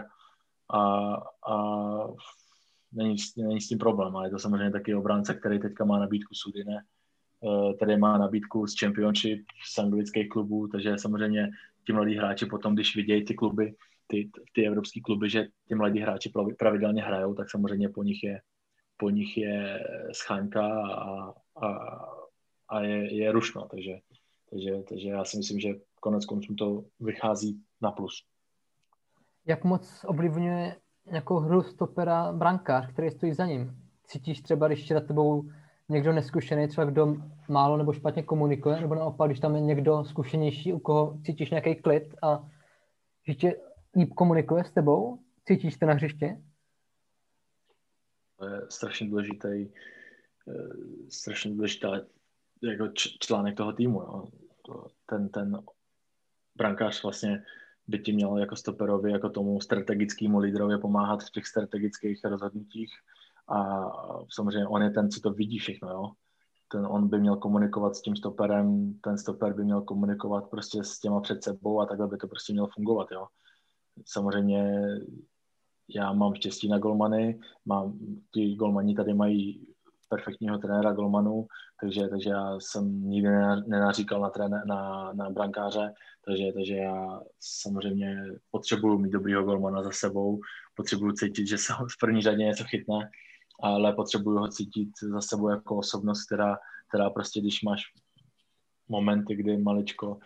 a není s tím problém, ale je to samozřejmě taky obránce, který teďka má nabídku z Udine, který má nabídku z Championship, z anglických klubů, takže samozřejmě ti mladí hráči potom, když vidějí ty kluby, ty evropský kluby, že ty mladí hráči pravidelně hrajou, tak samozřejmě po nich je scháňka a je rušno, takže já si myslím, že konec konců to vychází na plus. Jak moc ovlivňuje nějakou hru stopera brankář, který stojí za ním? Cítíš třeba, když za tebou někdo neskušený, třeba kdo málo nebo špatně komunikuje, nebo naopak, když tam je někdo zkušenější, u koho cítíš nějaký klid a že tě líp komunikuje s tebou? Cítíš to na hřiště? To je strašně důležitý jako článek toho týmu. Jo. Ten brankář vlastně by ti měl jako stoperovi, jako tomu strategickému lídrovi pomáhat v těch strategických rozhodnutích a samozřejmě on je ten, co to vidí všechno, jo. On by měl komunikovat s tím stoperem, ten stoper by měl komunikovat prostě s těma před sebou a takhle by to prostě mělo fungovat, jo. Samozřejmě já mám štěstí na golmany, ti golmani tady mají perfektního trenéra golmanů, takže já jsem nikdy nenaříkal na brankáře, takže já samozřejmě potřebuju mít dobrýho golmana za sebou, potřebuju cítit, že se v první řadě něco chytne, ale potřebuju ho cítit za sebou jako osobnost, která prostě, když máš momenty, kdy maličko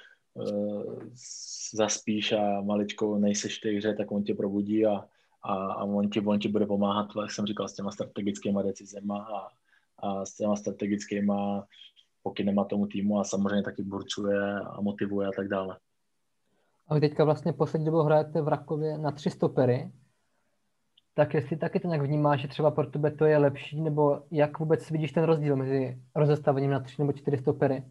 zaspíš a maličko nejseš v té hře, tak on tě probudí a on ti bude pomáhat, jak jsem říkal, s těma strategickýma decizema a s těma strategickýma pokynema tomu týmu a samozřejmě taky burcuje a motivuje a tak dále. A vy teďka vlastně poslední dobou hrajete v Rakově na 3 stopery, tak jestli taky to nějak vnímáš, že třeba pro tebe to je lepší, nebo jak vůbec vidíš ten rozdíl mezi rozestavením na 3 nebo 4 stopery?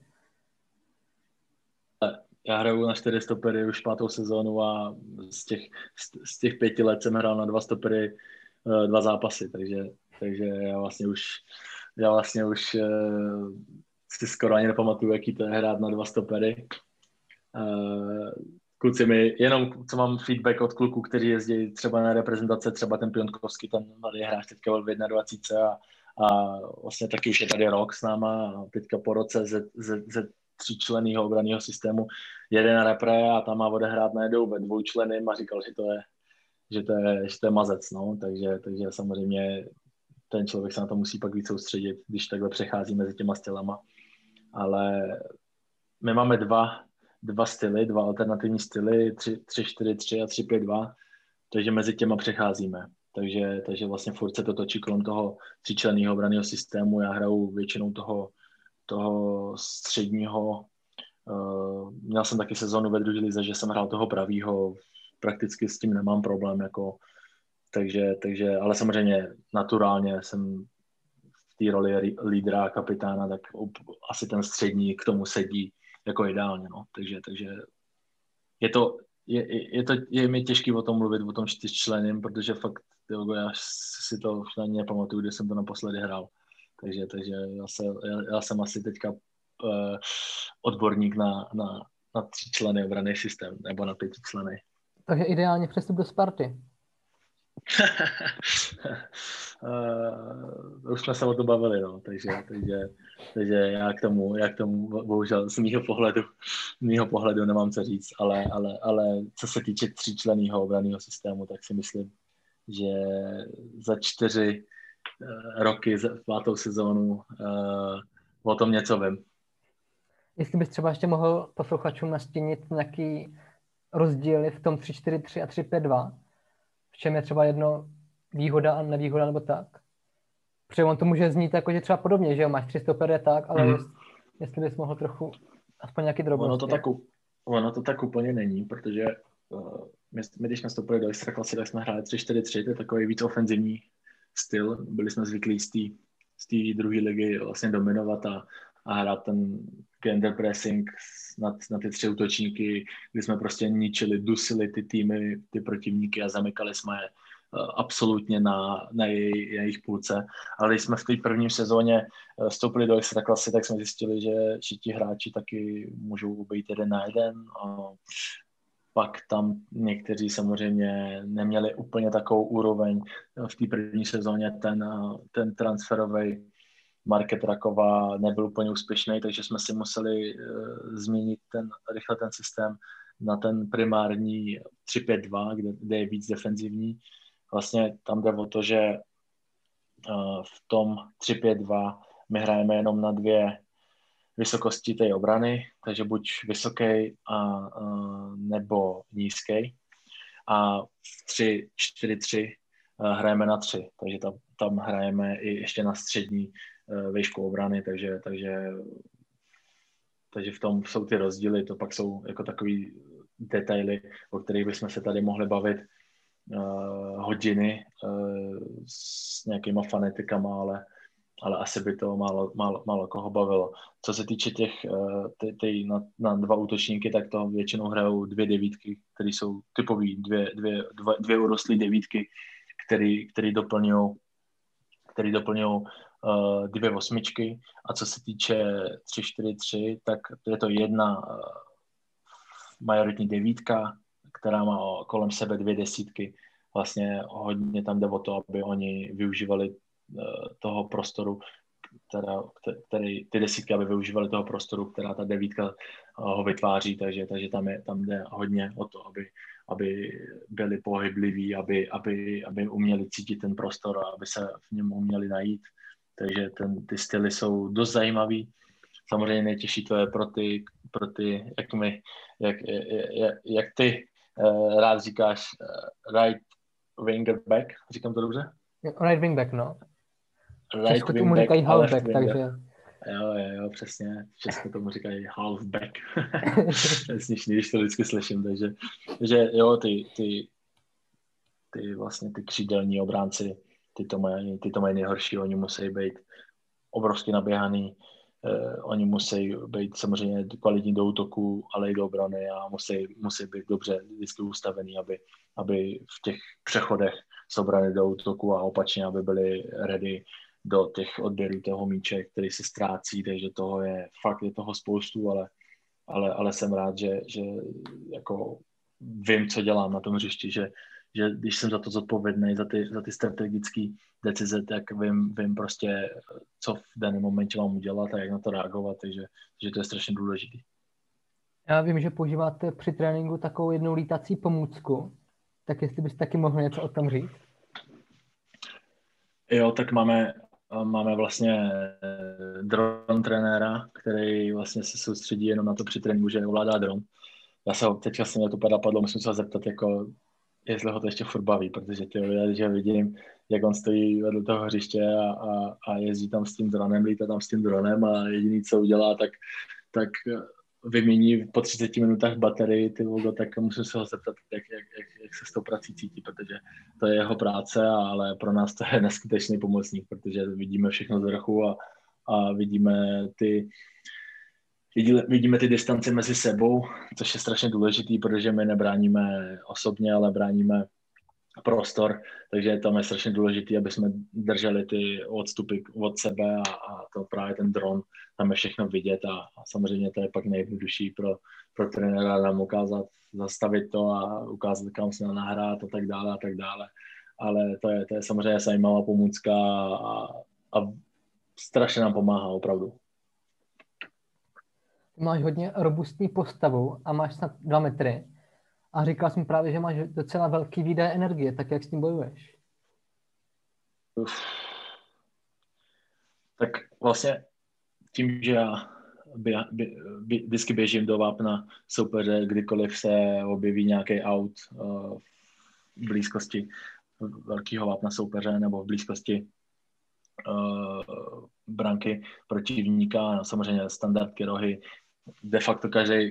Já hraju na 4 stopery už 5. sezónu a z těch 5 let jsem hrál na 2 stopery 2 zápasy, takže já vlastně už si skoro ani nepamatuju, jaký to je hrát na 2 stopery. Kluci mi, jenom co mám feedback od kluků, kteří jezdí třeba na reprezentace, třeba ten Piontkovský, ten mladý hráč teďka v 21 a vlastně taky už je tady rok s náma a teďka po roce ze 3členného obranného systému jede na repre a tam má odehrát najednou ve 2členným a říkal, že to je mazec, no, takže samozřejmě ten člověk se na to musí pak víc soustředit, když takhle přechází mezi těma stylama, ale my máme dva styly, 2 alternativní styly, 3-4-3 a 3-5-2, takže mezi těma přecházíme. Takže vlastně furt se to točí kolem toho 3členného obranného systému. Já hraju většinou toho středního. Měl jsem taky sezonu ve druhé lize, že jsem hrál toho pravýho. Prakticky s tím nemám problém. Jako, takže, ale samozřejmě naturálně jsem v té roli lídra a kapitána, tak asi ten střední k tomu sedí jako ideálně, no. Takže je mi těžký o tom mluvit, o tom 4členným, protože fakt já si to už ani nepamatuju, kde jsem to naposledy hrál. Takže já jsem asi teďka odborník na 3členný obranný systém, nebo na 5členný. Takže ideálně přestup do Sparty. Už jsme se o to bavili, no, takže já k tomu bohužel z mýho pohledu nemám co říct, ale co se týče 3členného obranného systému, tak si myslím, že za 4 roky, za 5. sezónu o tom něco vím. Jestli bys třeba ještě mohl posluchačům nastínit nějaký rozdíly v tom 3-4-3 a 3-5-2, v čem je třeba jedno výhoda a nevýhoda nebo tak? Protože on to může znít jako, že třeba podobně, že jo, máš 3 stopery tak, ale jestli bys mohl trochu, aspoň nějaký drobnosti. Ono to tak úplně není, protože my když jsme vstoupili do extraklasy, tak jsme hráli 3-4-3, to je takový víc ofenzivní styl. Byli jsme zvyklí z té druhé ligy vlastně dominovat a hrát ten gender pressing na ty 3 útočníky, kdy jsme prostě ničili, dusili ty týmy, ty protivníky a zamykali jsme je absolutně na jejich půlce. Ale když jsme v té první sezóně vstoupili do extraklasy, tak jsme zjistili, že ti hráči taky můžou být 1 na 1. Pak tam někteří samozřejmě neměli úplně takovou úroveň. V té první sezóně ten transferový market Rakova nebyl úplně úspěšný, takže jsme si museli změnit rychle ten systém na ten primární 3-5-2, kde je víc defenzivní. Vlastně tam jde o to, že v tom 3-5-2 my hrajeme jenom na 2 vysokosti té obrany, takže buď vysoký nebo nízký. A v 3-4-3 hrajeme na 3, takže tam hrajeme i ještě na střední výšku obrany, takže v tom jsou ty rozdíly, to pak jsou jako takový detaily, o kterých bychom se tady mohli bavit hodiny s nějakýma fanatikama, ale asi by to málo koho bavilo. Co se týče těch na 2 útočníky, tak to většinou hrajou 2 devítky, které jsou typový, dvě urostlé devítky, které doplňují 2 osmičky. A co se týče 3-4-3, tak to je to 1 majoritní devítka, která má kolem sebe 2 desítky. Vlastně hodně tam jde o to, aby oni využívali toho prostoru, ty desítky, aby využívali toho prostoru, která ta devítka ho vytváří, takže tam jde hodně o to, aby byli pohybliví, aby uměli cítit ten prostor a aby se v něm uměli najít. Takže ty styly jsou dost zajímavý. Samozřejmě nejtěžší to je pro ty jak ty rád říkáš, right winger back, říkám to dobře? Right wing back, no. Right Česku tomu říkají halfback, takže... Jo, přesně. V Česku tomu říkají halfback. To je směšný, když to vždycky slyším, takže jo, ty vlastně ty křídelní obránci, ty to mají nejhorší, oni musí být obrovsky naběhaný, oni musí být samozřejmě kvalitní do útoku, ale i do obrany a musí být dobře vždycky ustavený, aby v těch přechodech z obrany do útoku a opačně, aby byli ready do těch odběrů toho míče, který se ztrácí, takže je toho spoustu, ale jsem rád, že jako vím, co dělám na tom hřišti, že když jsem za to zodpovědný, za ty strategické decize, tak vím prostě, co v daném momentě mám udělat a jak na to reagovat, takže to je strašně důležitý. Já vím, že používáte při tréninku takovou jednou lítací pomůcku, tak jestli byste taky mohl něco o tom říct? Jo, tak máme vlastně dron trenéra, který vlastně se soustředí jenom na to při tréninku, že ovládá dron. Já se ho teďka se mě to napadlo, musím se zeptat, jako, jestli ho to ještě furt baví, protože že vidím, jak on stojí vedle toho hřiště a jezdí tam s tím dronem, lítá tam s tím dronem a jediný, co udělá, tak vymění po 30 minutách baterii, tak musím se ho zeptat, jak se s tou prací cítí, protože to je jeho práce, ale pro nás to je neskutečný pomocník, protože vidíme všechno z vrchu a vidíme ty distance mezi sebou, což je strašně důležitý, protože my nebráníme osobně, ale bráníme prostor, takže tam je strašně důležitý, aby jsme drželi ty odstupy od sebe a to právě ten dron, tam je všechno vidět a samozřejmě to je pak nejjednodušší pro trenéra nám ukázat, zastavit to a ukázat, kam se nahrát a tak dále. Ale to je samozřejmě zajímavá pomůcka a strašně nám pomáhá opravdu. Máš hodně robustní postavu a máš snad 2 metry. A říkal jsem právě, že máš docela velký výdaj energie, tak jak s tím bojuješ? Tak vlastně tím, že já vždycky běžím do vápna soupeře, kdykoliv se objeví nějaký aut v blízkosti velkého vápna soupeře nebo v blízkosti branky protivníka, no, samozřejmě standardky, rohy, de facto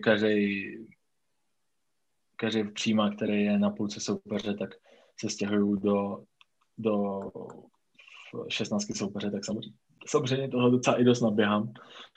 každý přímák, který je na půlce soupeře, tak se stěhují do 16 soupeře, tak samozřejmě toho docela i dost naběhám.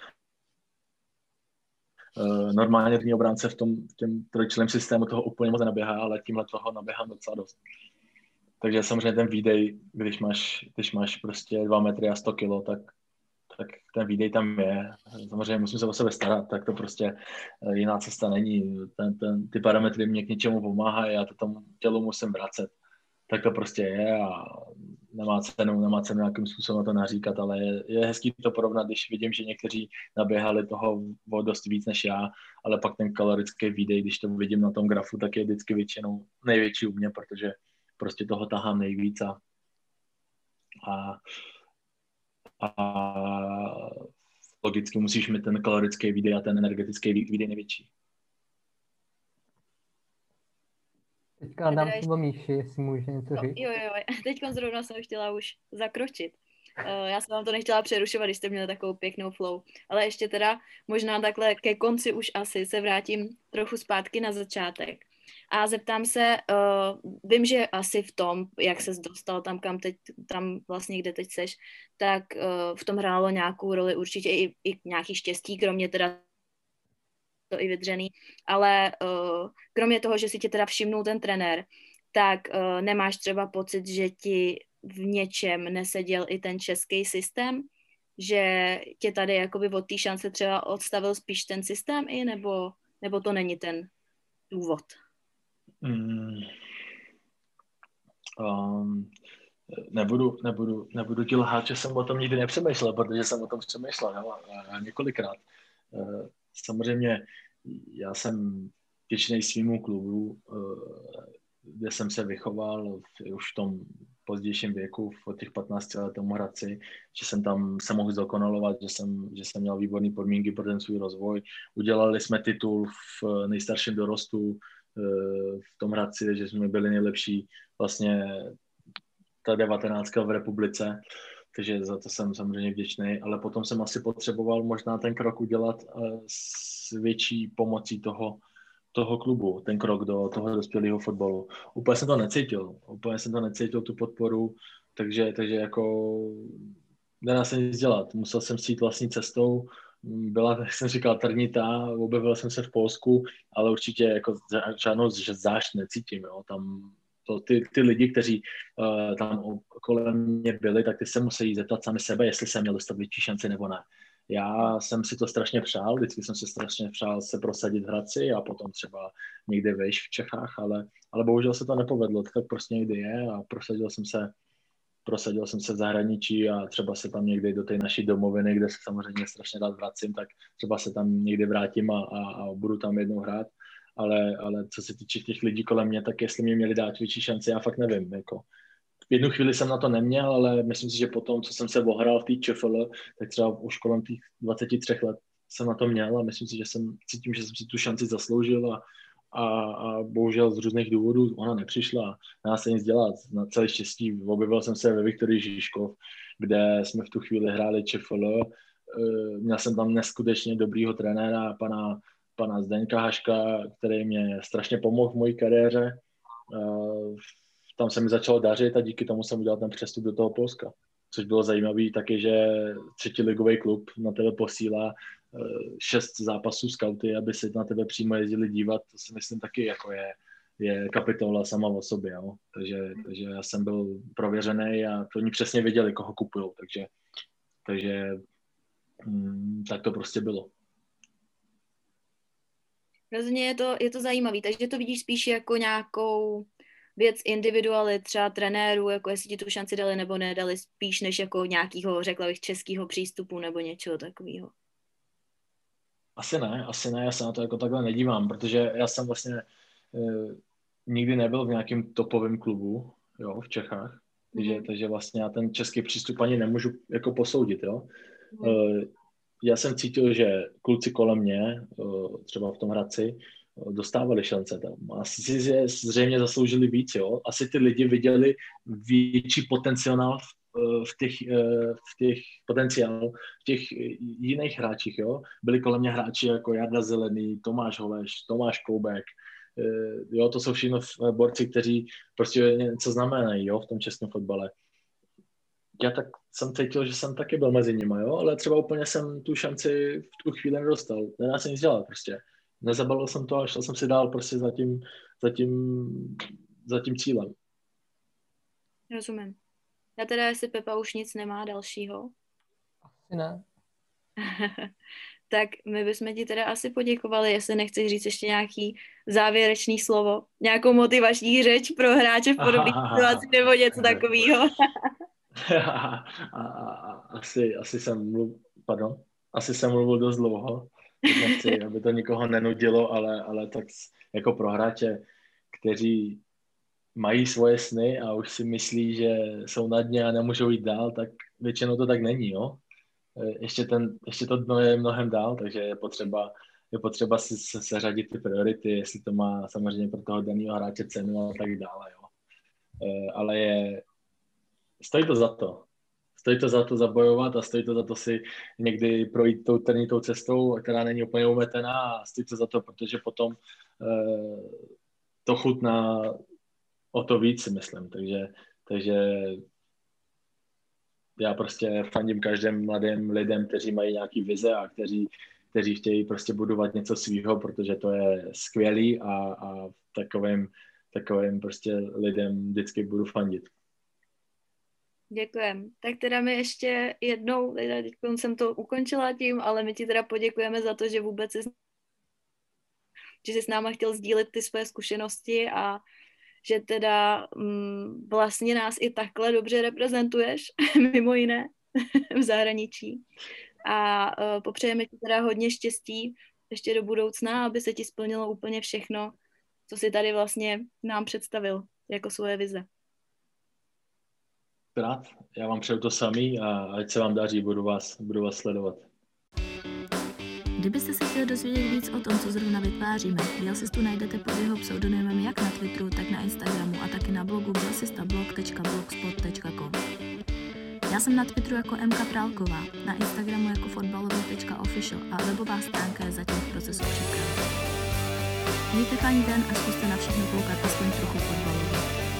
Normálně první obránce v těm trojčleném systému toho úplně moc nenaběhá, ale tímhle toho naběhám docela dost. Takže samozřejmě ten výdej, když máš prostě 2 metry a 100 kilo, tak ten výdej tam je. Samozřejmě musím se o sebe starat, tak to prostě jiná cesta není. Ty parametry mě k něčemu pomáhají a to tomu tělu musím vracet. Tak to prostě je a nemá cenu nějakým způsobem na to naříkat, ale je hezký to porovnat, když vidím, že někteří naběhali toho o dost víc než já, ale pak ten kalorický výdej, když to vidím na tom grafu, tak je vždycky většinou největší u mě, protože prostě toho tahám nejvíc a logicky musíš mít ten kalorický výdej a ten energetický výdej největší. Teďka dám slovo Míši, jestli může něco říct. Jo. Teďka zrovna jsem chtěla už zakročit. Já jsem vám to nechtěla přerušovat, když jste měli takovou pěknou flow. Ale ještě teda možná takhle ke konci už asi se vrátím trochu zpátky na začátek. A zeptám se, vím, že asi v tom, jak ses dostal tam vlastně, kde teď seš, tak v tom hrálo nějakou roli určitě i nějaký štěstí, kromě teda to i vydřený, ale kromě toho, že si tě teda všimnul ten trenér, tak nemáš třeba pocit, že ti v něčem neseděl i ten český systém, že tě tady jakoby od té šance třeba odstavil spíš ten systém i, nebo to není ten důvod? Nebudu ti lhát, že jsem o tom nikdy nepřemýšlel, protože jsem o tom přemýšlel několikrát. Samozřejmě já jsem vděčný svýmu klubu, kde jsem se vychoval už v tom pozdějším věku, od těch 15 let tomu Hradci, že jsem tam se mohl zdokonalovat, že jsem měl výborné podmínky pro ten svůj rozvoj. Udělali jsme titul v nejstarším dorostu v tom Hradci, že jsme byli nejlepší vlastně ta 19 v republice, takže za to jsem samozřejmě vděčný, ale potom jsem asi potřeboval možná ten krok udělat s větší pomocí toho klubu, ten krok do toho dospělého fotbalu. Úplně jsem to necítil, tu podporu, takže jako nedá se nic dělat. Musel jsem jít vlastní cestou, byla, jak jsem říkal, trnitá, objevil jsem se v Polsku, ale určitě jako žádnou zášť necítím, jo. Tam ty lidi, kteří tam kolem mě byli, tak ty se musí zeptat sami sebe, jestli jsem měl dostat větší šanci nebo ne. Já jsem si to strašně přál, vždycky jsem se strašně přál se prosadit v Hradci a potom třeba někde vejš v Čechách, ale bohužel se to nepovedlo, to tak prostě někdy je a prosadil jsem se v zahraničí a třeba se tam někdy do té naší domoviny, kde se samozřejmě strašně rád vracím, tak třeba se tam někdy vrátím a budu tam jednou hrát. Ale co se týče těch lidí kolem mě, tak jestli mě měli dát větší šanci, já fakt nevím. Jako. V jednu chvíli jsem na to neměl, ale myslím si, že potom, co jsem se ohrál v té ČFL, tak třeba už kolem těch 23 let jsem na to měl a myslím si, že cítím, že jsem si tu šanci zasloužil a bohužel z různých důvodů ona nepřišla. Nedá se nic dělat. Na celé štěstí objevil jsem se ve Viktorii Žižkov, kde jsme v tu chvíli hráli ČFL. Měl jsem tam neskutečně dobrýho trenéra, pana Zdeňka Haška, který mě strašně pomohl v mojí kariéře. Tam se mi začalo dařit a díky tomu jsem udělal ten přestup do toho Polska. Což bylo zajímavé taky, že 3. ligový klub na tebe posílá 6 zápasů skauty, aby se na tebe přímo jezdili dívat. To si myslím taky jako je kapitola sama o sobě. Jo. Takže já jsem byl prověřený a to oni přesně věděli, koho kupujou. Takže tak to prostě bylo. Rozhodně je to zajímavý, takže to vidíš spíš jako nějakou věc individualy, třeba trenérů, jako jestli ti tu šanci dali nebo nedali, spíš než jako nějakého, řekla bych, českého přístupu nebo něčeho takového. Asi ne, já se na to jako takhle nedívám, protože já jsem vlastně nikdy nebyl v nějakém topovém klubu, jo, v Čechách, takže vlastně já ten český přístup ani nemůžu jako posoudit, jo. Já jsem cítil, že kluci kolem mě, třeba v tom Hradci, dostávali šance tam. Asi si zřejmě zasloužili víc, jo. Asi ty lidi viděli větší potenciál v těch potenciálu, v těch jiných hráčích, jo. Byli kolem mě hráči jako Jarda Zelený, Tomáš Holeš, Tomáš Koubek, jo, to jsou všechno borci, kteří prostě něco znamenají, jo, v tom českém fotbale. Já tak jsem cítil, že jsem taky byl mezi nimi, jo, ale třeba úplně jsem tu šanci v tu chvíli nedostal. Nedá se nic dělat prostě. Nezabalil jsem to a šel jsem si dál prostě za tím cílem. Rozumím. Já teda, jestli Pepa už nic nemá dalšího. Asi ne. Tak my bychom ti teda asi poděkovali, jestli nechceš říct ještě nějaký závěrečný slovo, nějakou motivační řeč pro hráče v podobných situacích nebo něco takového. Asi jsem mluvil dost dlouho. Nechci, aby to nikoho nenudilo, ale tak jako pro hráče, kteří mají svoje sny a už si myslí, že jsou na dně a nemůžou jít dál, tak většinou to tak není, jo. Ještě to dno je mnohem dál, takže je potřeba si seřadit ty priority, jestli to má samozřejmě pro toho daného hráče cenu a tak dále, jo. Ale stojí to za to. Stojí to za to zabojovat a stojí to za to si někdy projít tou trnitou cestou, která není úplně umetená, a stojí to za to, protože potom to chutná o to víc, si myslím. Takže já prostě fandím každým mladým lidem, kteří mají nějaký vize a kteří chtějí prostě budovat něco svýho, protože to je skvělý a takovým prostě lidem vždycky budu fandit. Děkujem. Tak teda my ještě jednou, teď jsem to ukončila tím, ale my ti teda poděkujeme za to, že vůbec jsi s náma chtěl sdílet ty své zkušenosti a že teda vlastně nás i takhle dobře reprezentuješ, mimo jiné, v zahraničí. A popřejeme ti teda hodně štěstí ještě do budoucna, aby se ti splnilo úplně všechno, co jsi tady vlastně nám představil jako svoje vize. Rád, já vám přeju to samý a ať se vám daří, budu vás sledovat. Kdybyste se chtěli dozvědět víc o tom, co zrovna vytváříme, Bělsistu najdete pod jeho pseudonymem jak na Twitteru, tak na Instagramu a taky na blogu bělsistablog.blogspot.com. Já jsem na Twitteru jako MK Prálková, na Instagramu jako fotbalový.official a webová stránka je zatím v procesu přípravy. Mějte fajn den a zkuste na všechno koukat aspoň trochu fotbalově.